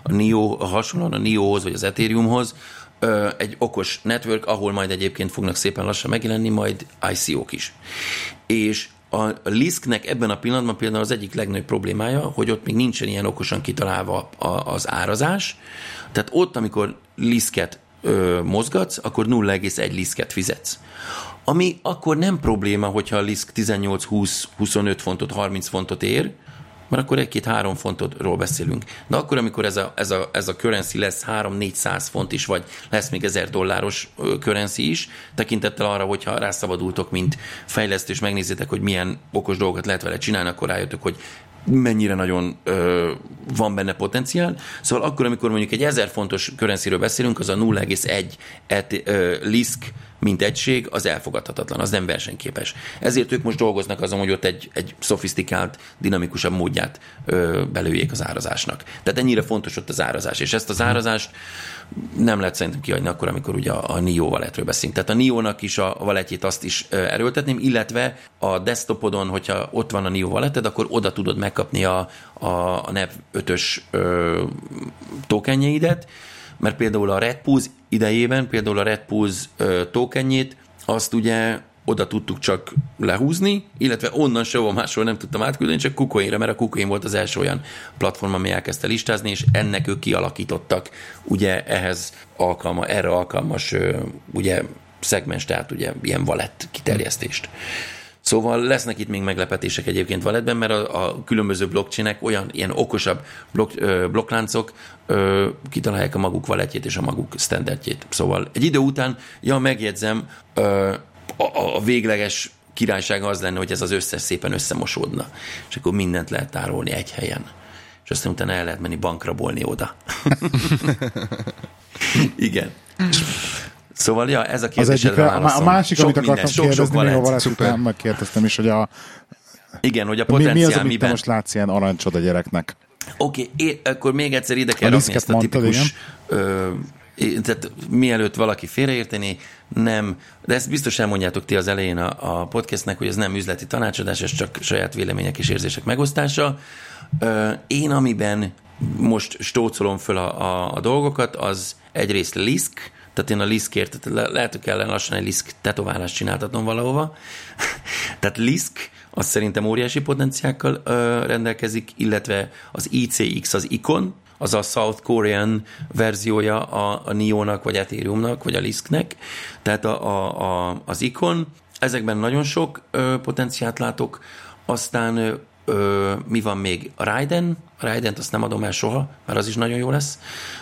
a NIO-hoz vagy az Ethereumhoz egy okos network, ahol majd egyébként fognak szépen lassan megjelenni majd ICO-k is. És A Lisknek ebben a pillanatban például az egyik legnagyobb problémája, hogy ott még nincsen ilyen okosan kitalálva az árazás. Tehát ott, amikor Lisket mozgatsz, akkor 0,1 Lisket fizetsz. Ami akkor nem probléma, hogyha a Lisk 18, 20, 25 fontot, 30 fontot ér, mert akkor 1-2-3 fontról beszélünk. De akkor, amikor ez a currency lesz 300-400 font is, vagy lesz még $1000 currency is, tekintettel arra, hogyha rászabadultok, mint fejlesztő, és megnézzétek, hogy milyen okos dolgokat lehet vele csinálni, akkor rájöttök, hogy mennyire nagyon van benne potenciál. Szóval akkor, amikor mondjuk egy 1000 fontos currencyről beszélünk, az a 0,1 Lisk mint egység, az elfogadhatatlan, az nem versenyképes. Ezért ők most dolgoznak azon, hogy ott egy szofisztikált, dinamikusabb módját belőjék az árazásnak. Tehát ennyire fontos ott az árazás. És ezt az árazást nem lehet szerintem kihagyni akkor, amikor ugye a NIO walletről beszélünk. Tehát a NIO-nak is a walletjét azt is erőltetném, illetve a desktopodon, hogyha ott van a NIO walleted, akkor oda tudod megkapni a NEV 5-ös tokenjeidet, mert például a RedPools idejében, például a RedPools tokenjét, azt ugye oda tudtuk csak lehúzni, illetve onnan sehol máshol nem tudtam átküldeni, csak KuCoinre, mert a KuCoin volt az első olyan platform, ami elkezdte listázni, és ennek ők kialakítottak ugye erre alkalmas ugye szegmens, tehát ugye ilyen wallet kiterjesztést. Szóval lesznek itt még meglepetések egyébként walletben, mert a különböző blockchainek olyan ilyen okosabb blokkláncok kitalálják a maguk walletjét és a maguk standardjét. Szóval egy idő után, megjegyzem, a végleges királyság az lenne, hogy ez az összes szépen összemosódna. És akkor mindent lehet tárolni egy helyen. És aztán utána el lehet menni bankrabolni oda. Igen. Szóval, ez a kérdésedre válaszom. A másik, amit akartam kérdezni, még a valaki után megkérdeztem is, hogy igen, hogy a potenciál mi az, amit miben... te most látsz ilyen arancsod a gyereknek? Oké, akkor még egyszer ide kell rakni ezt a tipikus... Tehát mielőtt valaki félreérteni, nem, de ezt biztos elmondjátok ti az elején a podcastnek, hogy ez nem üzleti tanácsadás, ez csak saját vélemények és érzések megosztása. Én, amiben most stócolom föl a dolgokat, az egyrészt Lisk, tehát én a Liskért, lehet, hogy kellene lassan egy Lisk tetoválást csináltatnom valahova. Tehát Lisk, az szerintem óriási potenciákkal rendelkezik, illetve az ICX, az Icon, az a South Korean verziója a NIO-nak, vagy Ethereum-nak, vagy a Lisknek. Tehát az Icon, ezekben nagyon sok potenciált látok. Aztán mi van még? A Raiden-t azt nem adom el soha, mert az is nagyon jó lesz.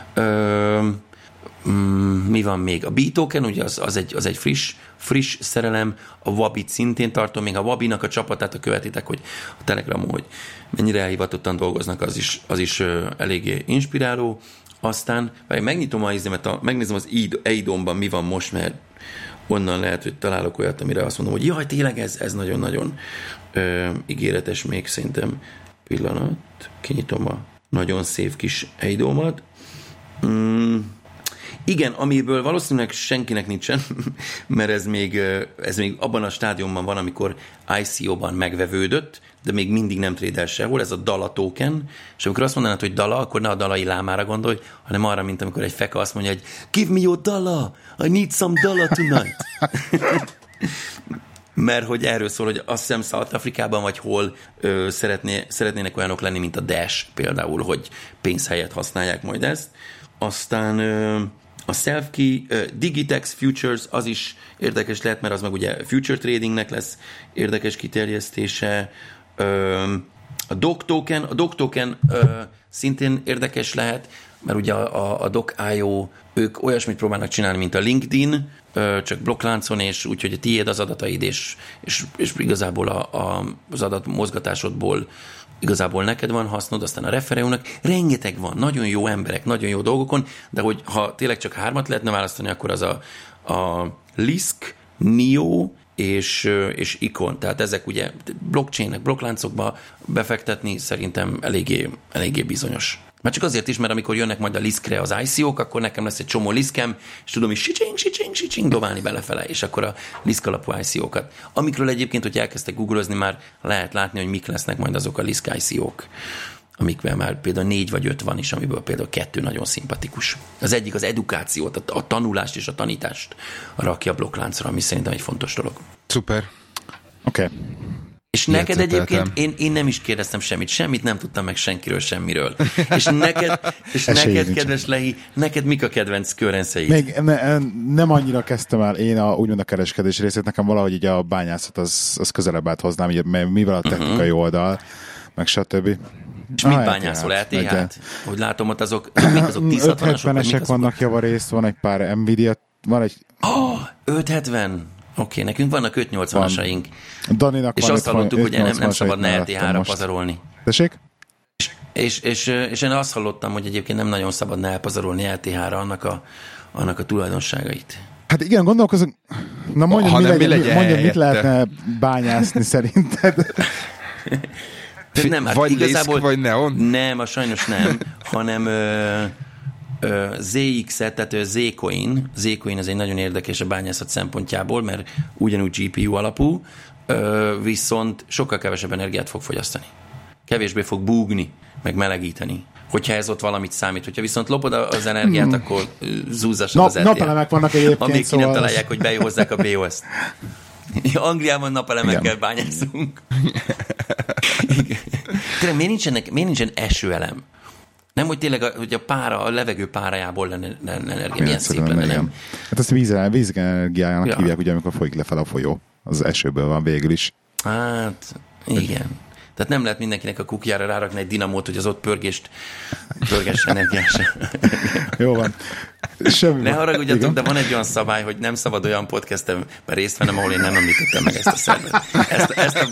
Mi van még? A B-token, ugye az egy friss szerelem, a Wabit szintén tartom, még a Wabinak a csapatát, ha követitek, hogy a Telegramon, hogy mennyire elhivatottan dolgoznak, az is eléggé inspiráló. Aztán, vagy megnyitom megnézem az EIDOM-ban mi van most, mert onnan lehet, hogy találok olyat, amire azt mondom, hogy jaj, tényleg ez nagyon-nagyon ígéretes még szerintem. Pillanat, kinyitom a nagyon szép kis EIDOM-at. Igen, amiből valószínűleg senkinek nincsen, mert ez még abban a stádiumban van, amikor ICO-ban megvevődött, de még mindig nem trédel sehol, ez a DALA token, és amikor azt mondanád, hogy DALA, akkor ne a dalai lámára gondolj, hanem arra, mint amikor egy feka azt mondja, hogy give me your DALA, I need some DALA tonight. Mert hogy erről szól, hogy azt hiszem South-Afrikában vagy hol szeretnének olyanok lenni, mint a Dash például, hogy pénz helyett használják majd ezt. Aztán a Selfkey, Digitex Futures, az is érdekes lehet, mert az meg ugye future tradingnek lesz érdekes kiterjesztése. A DOC token szintén érdekes lehet, mert ugye a Doc.io, ők olyasmit próbálnak csinálni, mint a LinkedIn, csak blokkláncon, és úgyhogy a tiéd az adataid, és igazából az adat mozgatásodból igazából neked van hasznod, aztán a Refereumnak rengeteg van, nagyon jó emberek, nagyon jó dolgokon, de hogy ha tényleg csak 3 lehetne választani, akkor az a Lisk, NIO és Icon. Tehát ezek ugye blockchainnek, blokkláncokba befektetni szerintem eléggé bizonyos. Már csak azért is, mert amikor jönnek majd a Liskre az ICO-k, akkor nekem lesz egy csomó Liskem, és tudom is sicsing dobálni belefele, és akkor a Lisk alapú ICO-kat. Amikről egyébként, hogy elkezdtek googleozni, már lehet látni, hogy mik lesznek majd azok a Lisk ICO-k, amikben már például 4 vagy 5 van is, amiből például 2 nagyon szimpatikus. Az egyik az edukációt, a tanulást és a tanítást rakja a blokkláncra, ami szerintem egy fontos dolog. Szuper. Oké. És neked egyébként, én nem is kérdeztem semmit nem tudtam meg senkiről, semmiről. És neked kedves Lehi, neked mik a kedvenc körrendszeid? Még nem annyira kezdtem el én úgymond a kereskedés részét, nekem valahogy így a bányászat az közelebb áthoznám, mivel a technikai oldal, meg stb. És mit bányászol? LTH-t? Hogy látom ott azok, mik azok 1060-asok? 570-esek vannak javarészt, van egy pár Nvidia, van egy... 570! Oké, nekünk vannak 580-asaink. Daninak és van azt hallottuk, hogy nem szabadna LTH-ra pazarolni. Tessék? És én azt hallottam, hogy egyébként nem nagyon szabadna elpazarolni LTH-ra annak a tulajdonságait. Hát igen, gondolkozunk. Na mondjad, mit lehetne bányászni szerinted? Nem, hát vagy igazából, Lisk, vagy Neon? Nem, sajnos nem, hanem ZX-et, tehát Zcoin. Zcoin ez egy nagyon érdekes a bányászat szempontjából, mert ugyanúgy GPU alapú, viszont sokkal kevesebb energiát fog fogyasztani. Kevésbé fog búgni, meg melegíteni. Hogyha ez ott valamit számít. Hogyha viszont lopod az energiát, akkor zúzzassad az LTH. Napelemek vannak egyébként. Amíg ki nem találják, hogy behozzák a BOS-t. Angliában napelemekkel bányászunk. Tényleg miért nincsen esőelem? Nem, hogy tényleg a levegő párájából lenne energia. Milyen szép lenne, nem? Hát ezt vízenergiájának hívják, ugye, amikor folyik lefelé a folyó. Az esőből van végül is. Hát, igen. Tehát nem lehet mindenkinek a kukjára rárakni egy dinamót, hogy az ott pörges energiás. Jó van. Ne haragudjatok, de van egy olyan szabály, hogy nem szabad olyan podcastem részt vennem, ahol én nem említettem meg ezt a szervet.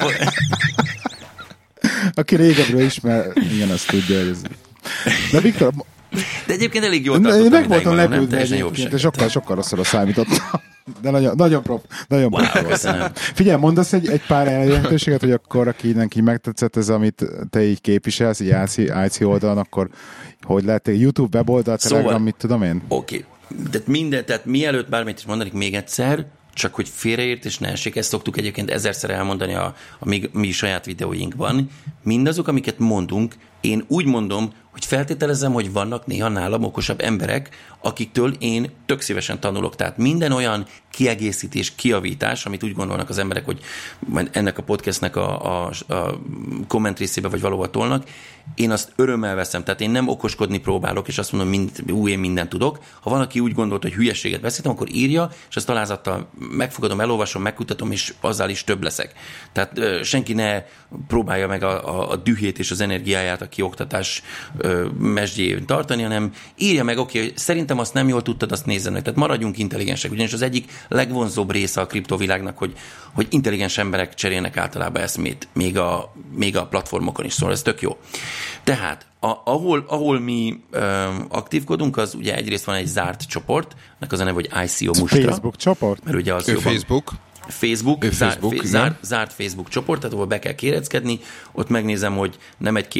Aki régebről ismer, igen, azt tudja, hogy ez... De Viktor... De egyébként elég jól tartottam. Meg voltam lepődve egyébként, és sokkal rosszra számítottam. De nagyon prop. Köszönöm. Figyelj, mondasz egy pár jelentőséget, hogy akkor akinek így megtetszett ez, amit te így képviselsz, így IC oldalon, akkor hogy lehet YouTube weboldal, Telegram, mit tudom én? Oké. Tehát mielőtt bármit is mondanék még egyszer, csak hogy félreértés ne essék, ezt szoktuk egyébként ezerszer elmondani a mi saját videóinkban. Mindazok, amiket mondunk, én úgy mondom, hogy feltételezem, hogy vannak néha nálam okosabb emberek, akiktől én tök szívesen tanulok. Tehát minden olyan kiegészítés, kijavítás, amit úgy gondolnak az emberek, hogy ennek a podcastnek a komment részébe vagy valahol tolnak, én azt örömmel veszem. Tehát én nem okoskodni próbálok, és azt mondom, én mindent tudok. Ha valaki úgy gondolt, hogy hülyeséget beszéltem, akkor írja, és azt alázattal megfogadom, elolvasom, megkutatom, és azzal is több leszek. Tehát senki ne próbálja meg a dühét és az energiáját a kioktatás mesdjén tartani, hanem írja meg, oké, szerintem azt nem jól tudtad, azt nézzen meg. Tehát maradjunk intelligensek, ugyanis az egyik legvonzóbb része a kriptovilágnak, hogy intelligens emberek cserélnek általában eszmét, még a platformokon is, szóval ez tök jó. Tehát, ahol mi aktívkodunk, az ugye egyrészt van egy zárt csoport, ennek az a neve, hogy ICO Mustra. Facebook csoport? Mert ugye az Facebook, zárt Facebook csoport, tehát ahol be kell kéreckedni, ott megnézem, hogy nem egy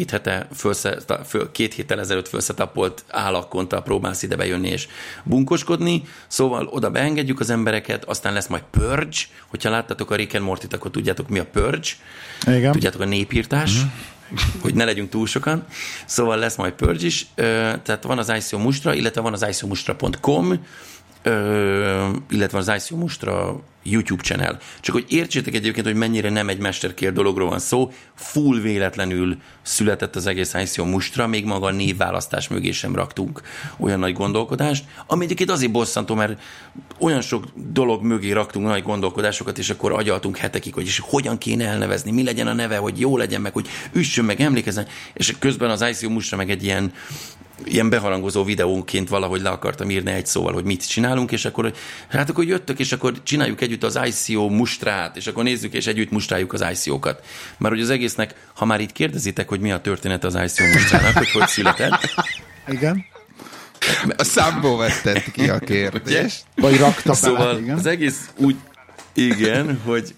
2 héttel ezelőtt felszetappolt állakkontal próbálsz ide bejönni és bunkoskodni, szóval oda beengedjük az embereket, aztán lesz majd Purge, hogyha láttatok a Rick and Morty-t, akkor tudjátok, mi a Purge. Igen. Tudjátok, a népírtás. Hogy ne legyünk túl sokan. Szóval lesz majd Purge is, tehát van az ICO Mustra, illetve van az icomustra.com, illetve az ICO Mustra YouTube channel. Csak hogy értsétek egyébként, hogy mennyire nem egy mesterkér dologról van szó, full véletlenül született az egész ICO Mustra, még maga a névválasztás mögé sem raktunk olyan nagy gondolkodást, ami egyébként azért bosszantó, mert olyan sok dolog mögé raktunk nagy gondolkodásokat, és akkor agyaltunk hetekig, hogy és hogyan kéne elnevezni, mi legyen a neve, hogy jó legyen meg, hogy üssön meg, emlékezzen, és közben az ICO Mustra meg egy ilyen beharangozó videónként valahogy le akartam írni egy szóval, hogy mit csinálunk, és akkor hát akkor jöttök, és akkor csináljuk együtt az ICO mustrát, és akkor nézzük, és együtt mustráljuk az ICO-kat. Mert hogy az egésznek, ha már itt kérdezitek, hogy mi a történet az ICO mustrának, hogy született. Igen. A számból vetted ki a kérdést. Vagy rakta szóval igen. Az egész úgy, igen, hogy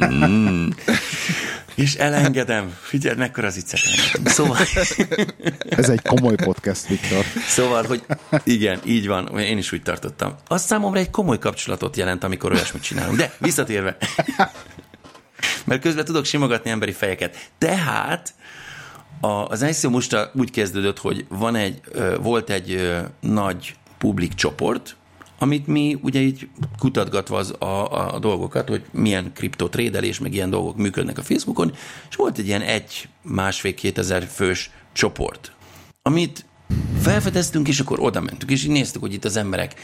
és elengedem. Figyeld, mekkora az iccet. Szóval... Ez egy komoly podcast, Viktor. Szóval, hogy igen, így van, én is úgy tartottam. Az számomra egy komoly kapcsolatot jelent, amikor olyasmit csinálunk. De visszatérve. Mert közben tudok simogatni emberi fejeket. Tehát az ICO Mustra úgy kezdődött, hogy volt egy nagy publik csoport, amit mi ugye így kutatgatva a dolgokat, hogy milyen kriptotrédelés, meg ilyen dolgok működnek a Facebookon, és volt egy ilyen 1,5-2 fős csoport, amit felfedeztünk, és akkor oda mentünk, és így néztük, hogy itt az emberek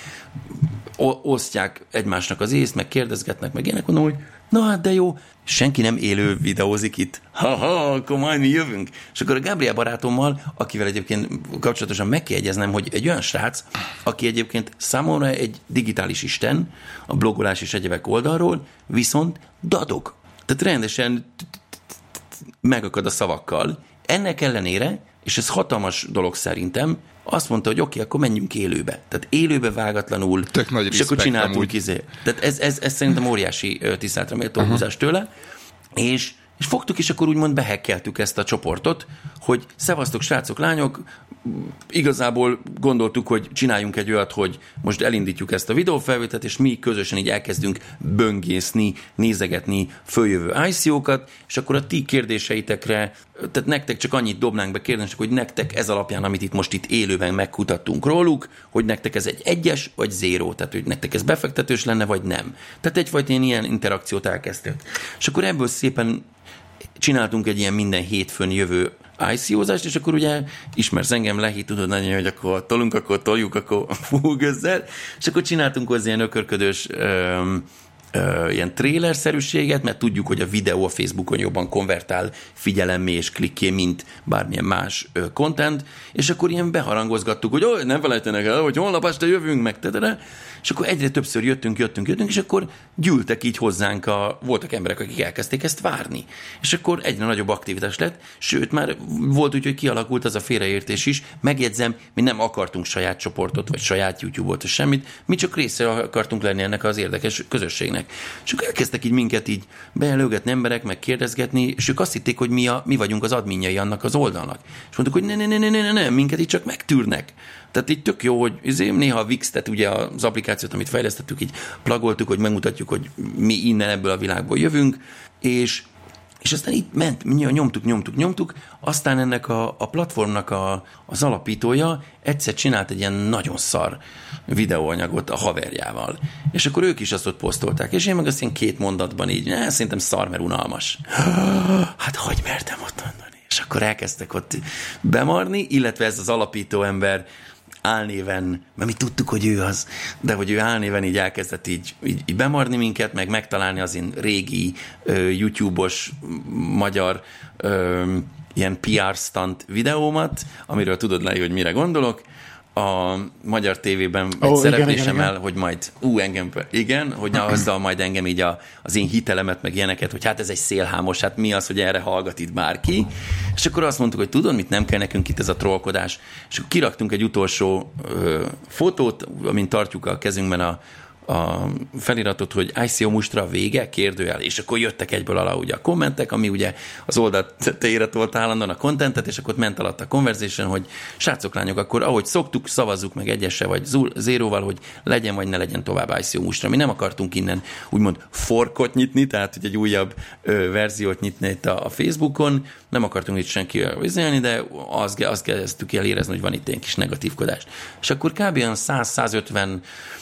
osztják egymásnak az észt, meg kérdezgetnek, meg ilyenek, mondom, hogy na hát de jó, senki nem élő videózik itt. Akkor majd mi jövünk. És akkor a Gabriel barátommal, akivel egyébként kapcsolatosan meg kell jegyeznem, hogy egy olyan srác, aki egyébként számomra egy digitális isten, a blogolás és egyebek oldalról, viszont dadog. Tehát rendesen megakad a szavakkal. Ennek ellenére, és ez hatalmas dolog szerintem, azt mondta, hogy oké, akkor menjünk élőbe. Tehát élőbe vágatlanul, tök nagy és akkor csináltunk Tehát ez szerintem óriási tiszteletre méltó húzás tőle, és fogtuk, és akkor úgymond behekkeltük ezt a csoportot, hogy szevasztok, srácok, lányok, igazából gondoltuk, hogy csináljunk egy olyat, hogy most elindítjuk ezt a videófelvételt, és mi közösen így elkezdünk böngészni, nézegetni följövő ICO-kat, és akkor a ti kérdéseitekre, tehát nektek csak annyit dobnánk be kérdések, hogy nektek ez alapján, amit itt most itt élőben megkutattunk róluk, hogy nektek ez egy 1-es vagy 0, tehát hogy nektek ez befektetős lenne, vagy nem. Tehát egyfajta ilyen interakciót elkezdtünk. És akkor ebből szépen csináltunk egy ilyen minden hétfőn jövő ICO-zást, és akkor ugye ismersz engem, Lehi, tudod nagyon, hogy akkor tolunk, akkor toljuk, akkor fúgözzel, és akkor csináltunk hozzá ilyen ökörködős ilyen trailer-szerűséget, mert tudjuk, hogy a videó a Facebookon jobban konvertál figyelemmé és klikké, mint bármilyen más content, és akkor ilyen beharangozgattuk, hogy nem felejtenek el, hogy holnap este jövünk meg, és akkor egyre többször jöttünk, és akkor gyűltek így hozzánk, voltak emberek, akik elkezdték ezt várni. És akkor egyre nagyobb aktivitás lett, sőt, már volt úgy, hogy kialakult az a félreértés is. Megjegyzem, mi nem akartunk saját csoportot, vagy saját YouTube-ot, vagy semmit, mi csak része akartunk lenni ennek az érdekes közösségnek. És akkor elkezdtek így minket így belőgetni emberek, meg kérdezgetni, és ők azt hitték, hogy mi vagyunk az adminjai annak az oldalnak. És mondtuk, hogy ne, minket így csak megtűrnek. Tehát így tök jó, hogy néha a Wix, tehát ugye az applikációt, amit fejlesztettük, így plagoltuk, hogy megmutatjuk, hogy mi innen ebből a világból jövünk, és aztán itt ment, nyomtuk, aztán ennek a platformnak az alapítója egyszer csinált egy ilyen nagyon szar videóanyagot a haverjával. És akkor ők is azt ott posztolták, és én meg azt ilyen 2 mondatban így, szerintem szar, mert unalmas. Hát hogy mertem ott mondani? És akkor elkezdtek ott bemarni, illetve ez az alapító ember álnéven, mert mi tudtuk, hogy ő az, de hogy ő álnéven így elkezdett így bemarni minket, meg megtalálni az én régi YouTube-os magyar ilyen PR stunt videómat, amiről tudod le, hogy mire gondolok. A magyar tévében egy szereplésemmel, igen. Hogy majd, hogy azzal majd engem így az én hitelemet, meg ilyeneket, hogy hát ez egy szélhámos, hát mi az, hogy erre hallgat itt bárki. És akkor azt mondtuk, hogy tudod, mit nem kell nekünk itt ez a trollkodás. És akkor kiraktunk egy utolsó fotót, amint tartjuk a kezünkben a feliratot, hogy ICO mustra vége, kérdőjel, és akkor jöttek egyből alá ugye a kommentek, ami ugye az oldal tetejére tolt állandóan a contentet, és akkor ment alatt a conversation, hogy srácok, lányok, akkor ahogy szoktuk, szavazzuk meg 1-essel vagy 0-val, hogy legyen vagy ne legyen tovább ICO mustra. Mi nem akartunk innen úgymond forkot nyitni, tehát hogy egy újabb verziót nyitni itt a Facebookon, nem akartunk itt senkivel vizelni, de azt kezdtük el érezni, hogy van itt egy kis negatívkodás. És akkor kb. 100-150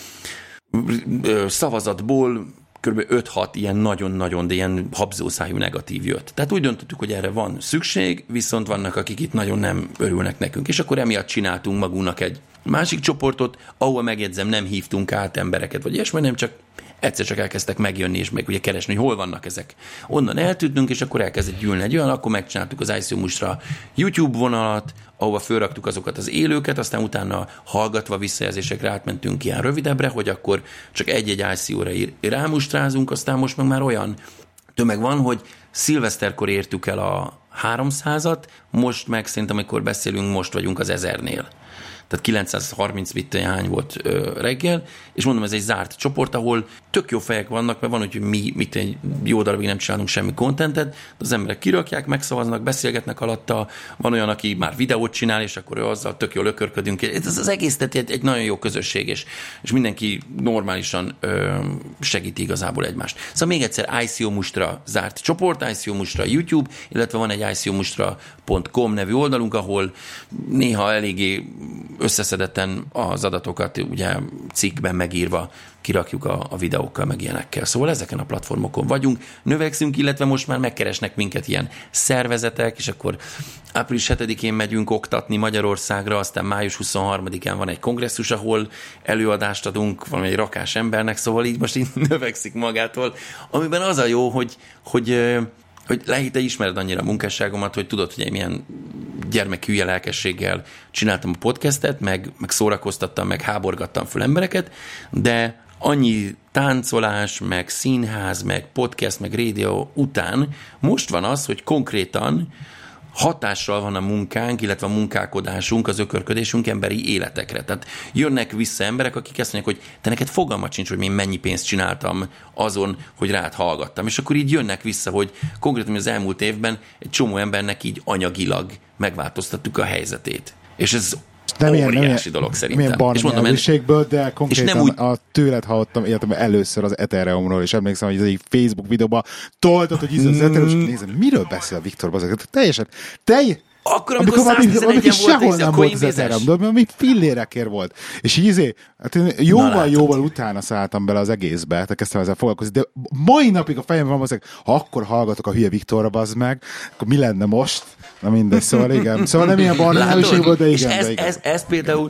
szavazatból kb. 5-6 ilyen nagyon-nagyon, de ilyen habzószájú negatív jött. Tehát úgy döntöttük, hogy erre van szükség, viszont vannak, akik itt nagyon nem örülnek nekünk. És akkor emiatt csináltunk magunknak egy másik csoportot, ahol megjegyzem, nem hívtunk át embereket, vagy ilyesmi, nem csak egyszer csak elkezdtek megjönni, és meg ugye keresni, hogy hol vannak ezek. Onnan eltűntünk, és akkor elkezdett gyűlni egy olyan, akkor megcsináltuk az ICO mustra YouTube vonalat, ahova fölraktuk azokat az élőket, aztán utána hallgatva visszajelzésekre átmentünk ilyen rövidebbre, hogy akkor csak egy-egy ICO-ra rámustrázunk, aztán most meg már olyan tömeg van, hogy szilveszterkor értük el a 300-at, most meg szerintem, amikor beszélünk, most vagyunk az 1000-nél. Tehát 930 hány volt reggel, és mondom, ez egy zárt csoport, ahol tök jó fejek vannak, mert van, hogy mi egy jó darabig nem csinálunk semmi contentet, de az emberek kirakják, megszavaznak, beszélgetnek alatta, van olyan, aki már videót csinál, és akkor azzal tök jól ökörködünk. Ez az egész egy nagyon jó közösség, és mindenki normálisan segíti igazából egymást. Szóval még egyszer ICO mustra zárt csoport, ICO mustra YouTube, illetve van egy icomustra.com nevű oldalunk, ahol néha eléggé összeszedetten az adatokat ugye cikkben megírva kirakjuk a videókkal, meg ilyenekkel. Szóval ezeken a platformokon vagyunk, növekszünk, illetve most már megkeresnek minket ilyen szervezetek, és akkor április 7-én megyünk oktatni Magyarországra, aztán május 23-án van egy kongresszus, ahol előadást adunk valami egy rakás embernek, szóval így most így növekszik magától, amiben az a jó, hogy Lehi, te ismered annyira a munkásságomat, hogy tudod, hogy én milyen gyermekhülye lelkességgel csináltam a podcastet, meg szórakoztattam, meg háborgattam föl embereket, de annyi táncolás, meg színház, meg podcast, meg rádió után most van az, hogy konkrétan hatással van a munkánk, illetve a munkálkodásunk, az ökörködésünk emberi életekre. Tehát jönnek vissza emberek, akik azt mondják, hogy te neked fogalmat sincs, hogy én mennyi pénzt csináltam azon, hogy rád hallgattam. És akkor így jönnek vissza, hogy konkrétan az elmúlt évben egy csomó embernek így anyagilag megváltoztattuk a helyzetét. És ez óriási dolog szerintem. Milyen barna nyelviségből, de konkrétan úgy... a tőled hallottam életemben először az Ethereumról, és emlékszem, hogy az egy Facebook videóban toltad, hogy az Ethereum, és nézem, miről beszél Viktor Bazeg? Teljesen, Akkor, amikor 111-en volt a Coinbase-es. De ami fillérekért volt. És így hát jóval utána szálltam bele az egészbe, tehát kezdtem ezzel foglalkozni, de mai napig a fejemben van, ha akkor hallgatok a hülye Viktorra, bazd meg, akkor mi lenne most? Na mindegy, szóval igen. Szóval nem ilyen barna nyelviségből, de igen. És ez például,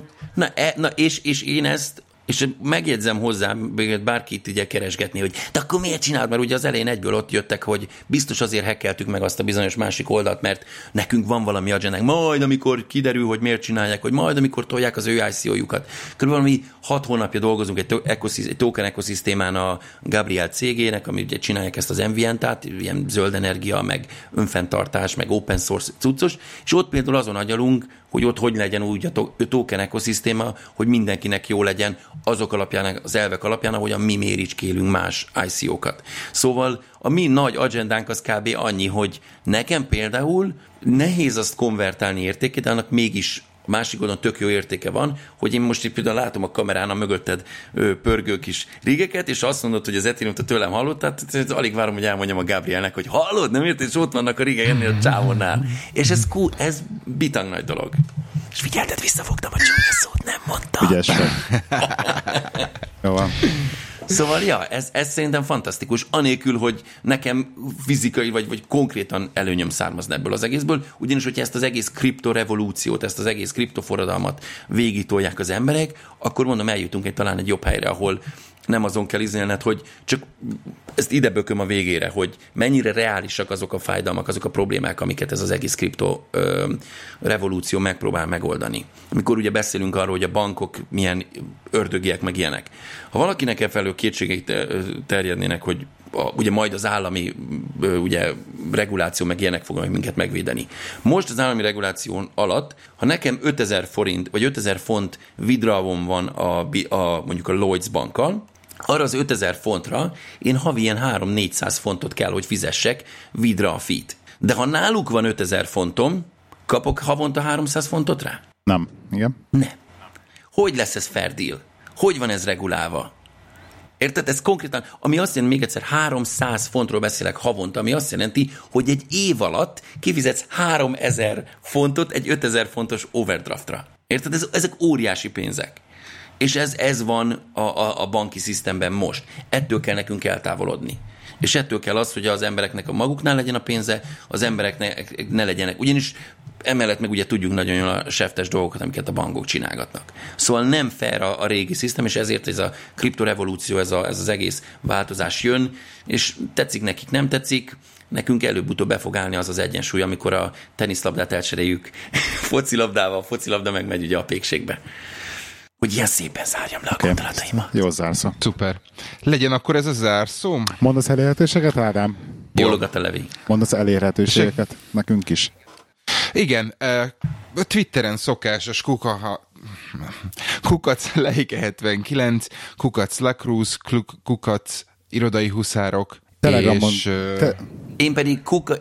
és én ezt, és megjegyzem hozzá, bárkit ugye keresgetni, hogy de akkor miért csinálod? Mert ugye az elején egyből ott jöttek, hogy biztos azért hackeltük meg azt a bizonyos másik oldalt, mert nekünk van valami agendánk. Majd amikor kiderül, hogy miért csinálják, hogy majd amikor tolják az ő ICO-jukat. Körülbelül mi 6 hónapja dolgozunk egy token ekoszisztémán a Gabriel cégének, ami ugye csinálják ezt az MVN-t, ilyen zöld energia, meg önfenntartás, meg open source cuccos, és ott például azon agyalunk, hogy ott hogy legyen úgy a token ekoszisztéma, hogy mindenkinek jó legyen azok alapján, az elvek alapján, ahogyan mi méricskélünk más ICO-kat. Szóval a mi nagy agendánk az kb. Annyi, hogy nekem például nehéz azt konvertálni értékét, de annak mégis másik oldalon tök jó értéke van, hogy én most itt például látom a kamerán a mögötted pörgő kis rigeket, és azt mondod, hogy az Ethereum-t tőlem hallottad, tehát alig várom, hogy elmondjam a Gabrielnek, hogy hallod, nem érted, és ott vannak a rigek ennél a csávonnál. És ez bitang nagy dolog. És figyelted, visszafogtam a csúnya szót, nem mondtam. Ügyes vagy. Jó van. Szóval, ja, ez szerintem fantasztikus, anélkül, hogy nekem fizikai vagy konkrétan előnyöm származna ebből az egészből, ugyanis, hogyha ezt az egész kriptorevolúciót, ezt az egész kriptoforradalmat végigtolják az emberek, akkor mondom, eljutunk talán egy jobb helyre, ahol nem azon kell izélned, hogy csak ezt ide bököm a végére, hogy mennyire reálisak azok a fájdalmak, azok a problémák, amiket ez az egész kripto revolúció megpróbál megoldani. Amikor ugye beszélünk arról, hogy a bankok milyen ördögiek, meg ilyenek. Ha valakinek efelől kétségei terjednének, hogy ugye majd az állami ugye, reguláció meg ilyenek fognak minket megvédeni. Most az állami reguláció alatt, ha nekem 5000 forint, vagy 5000 font withdrawom van mondjuk a Lloyds bankkal, arra az 5000 fontra én havi ilyen 300-400 fontot kell, hogy fizessek withdraw fee-t. De ha náluk van 5000 fontom, kapok havonta 300 fontot rá? Nem. Igen. Nem. Hogy lesz ez fair deal? Hogy van ez regulálva? Érted? Ez konkrétan, ami azt jelenti, még egyszer 300 fontról beszélek havonta, ami azt jelenti, hogy egy év alatt kifizetsz 3000 fontot egy 5000 fontos overdraftra. Érted? Ezek óriási pénzek. És ez van a banki szisztemben most. Ettől kell nekünk eltávolodni. És ettől kell az, hogy az embereknek a maguknál legyen a pénze, az embereknek ne legyenek. Ugyanis emellett meg ugye tudjuk nagyon jól a seftes dolgokat, amiket a bankok csinálgatnak. Szóval nem fair a régi szisztem, és ezért ez a kriptorevolúció, ez az egész változás jön, és tetszik nekik, nem tetszik, nekünk előbb-utóbb be fog állni az az egyensúly, amikor a teniszlabdát elcseréljük focilabdával, a focilabda meg megy ugye a pékségbe. Hogy ilyen szépen zárjam le a gondolataimat. Jó zárszó. Szuper. Legyen akkor ez a zárszó? Mondasz elérhetőséget, Ádám? Bólogat a Levi. Mondasz elérhetőségeket? Nekünk is. Igen, Twitteren szokásos kukac Leike79, kukac Lacruz, kukac Irodai Huszárok, Telegramon, és... Én pedig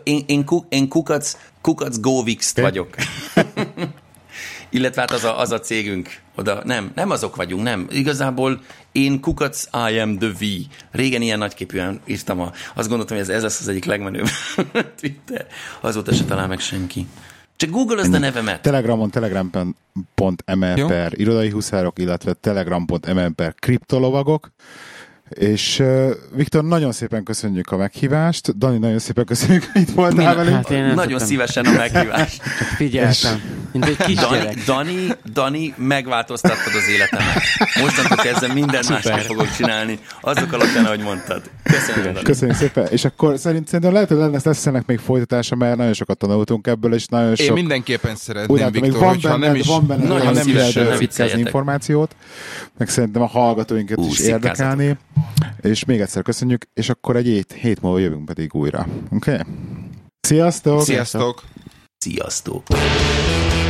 kukac Govix vagyok. Illetve hát az a cégünk, oda nem azok vagyunk, nem. Igazából én kukac I am the V. Régen ilyen nagyképűen írtam, azt gondoltam, hogy ez lesz az egyik legmenőbb Twitter. Azóta se talál meg senki. Csak Google-özd a nevemet. Telegramon telegram.me/per irodai huszárok, illetve telegram.me/per kriptolovagok. És Viktor, nagyon szépen köszönjük a meghívást. Dani, nagyon szépen köszönjük, hogy itt voltál velünk. Hát nagyon szívesen a meghívást. Csak figyeltem, mint egy kisgyerek. Dani, megváltoztattad az életemet. Mostantól kezdve mindent másképp fogok csinálni, azok alapján, ahogy mondtad. Köszönöm. Köszönjük szépen. És akkor szerintem lehet, hogy lesz ennek még folytatása, mert nagyon sokat tanultunk ebből, és nagyon sok... Én mindenképpen szeretném, Viktor, hogyha nem is nagyon lehet viccezni információt, meg szerintem a hallgatóinkat is érdekelni. És még egyszer köszönjük, és akkor egy hét múlva jövünk pedig újra. Oké? Sziasztok! Sziasztok! Sziasztok!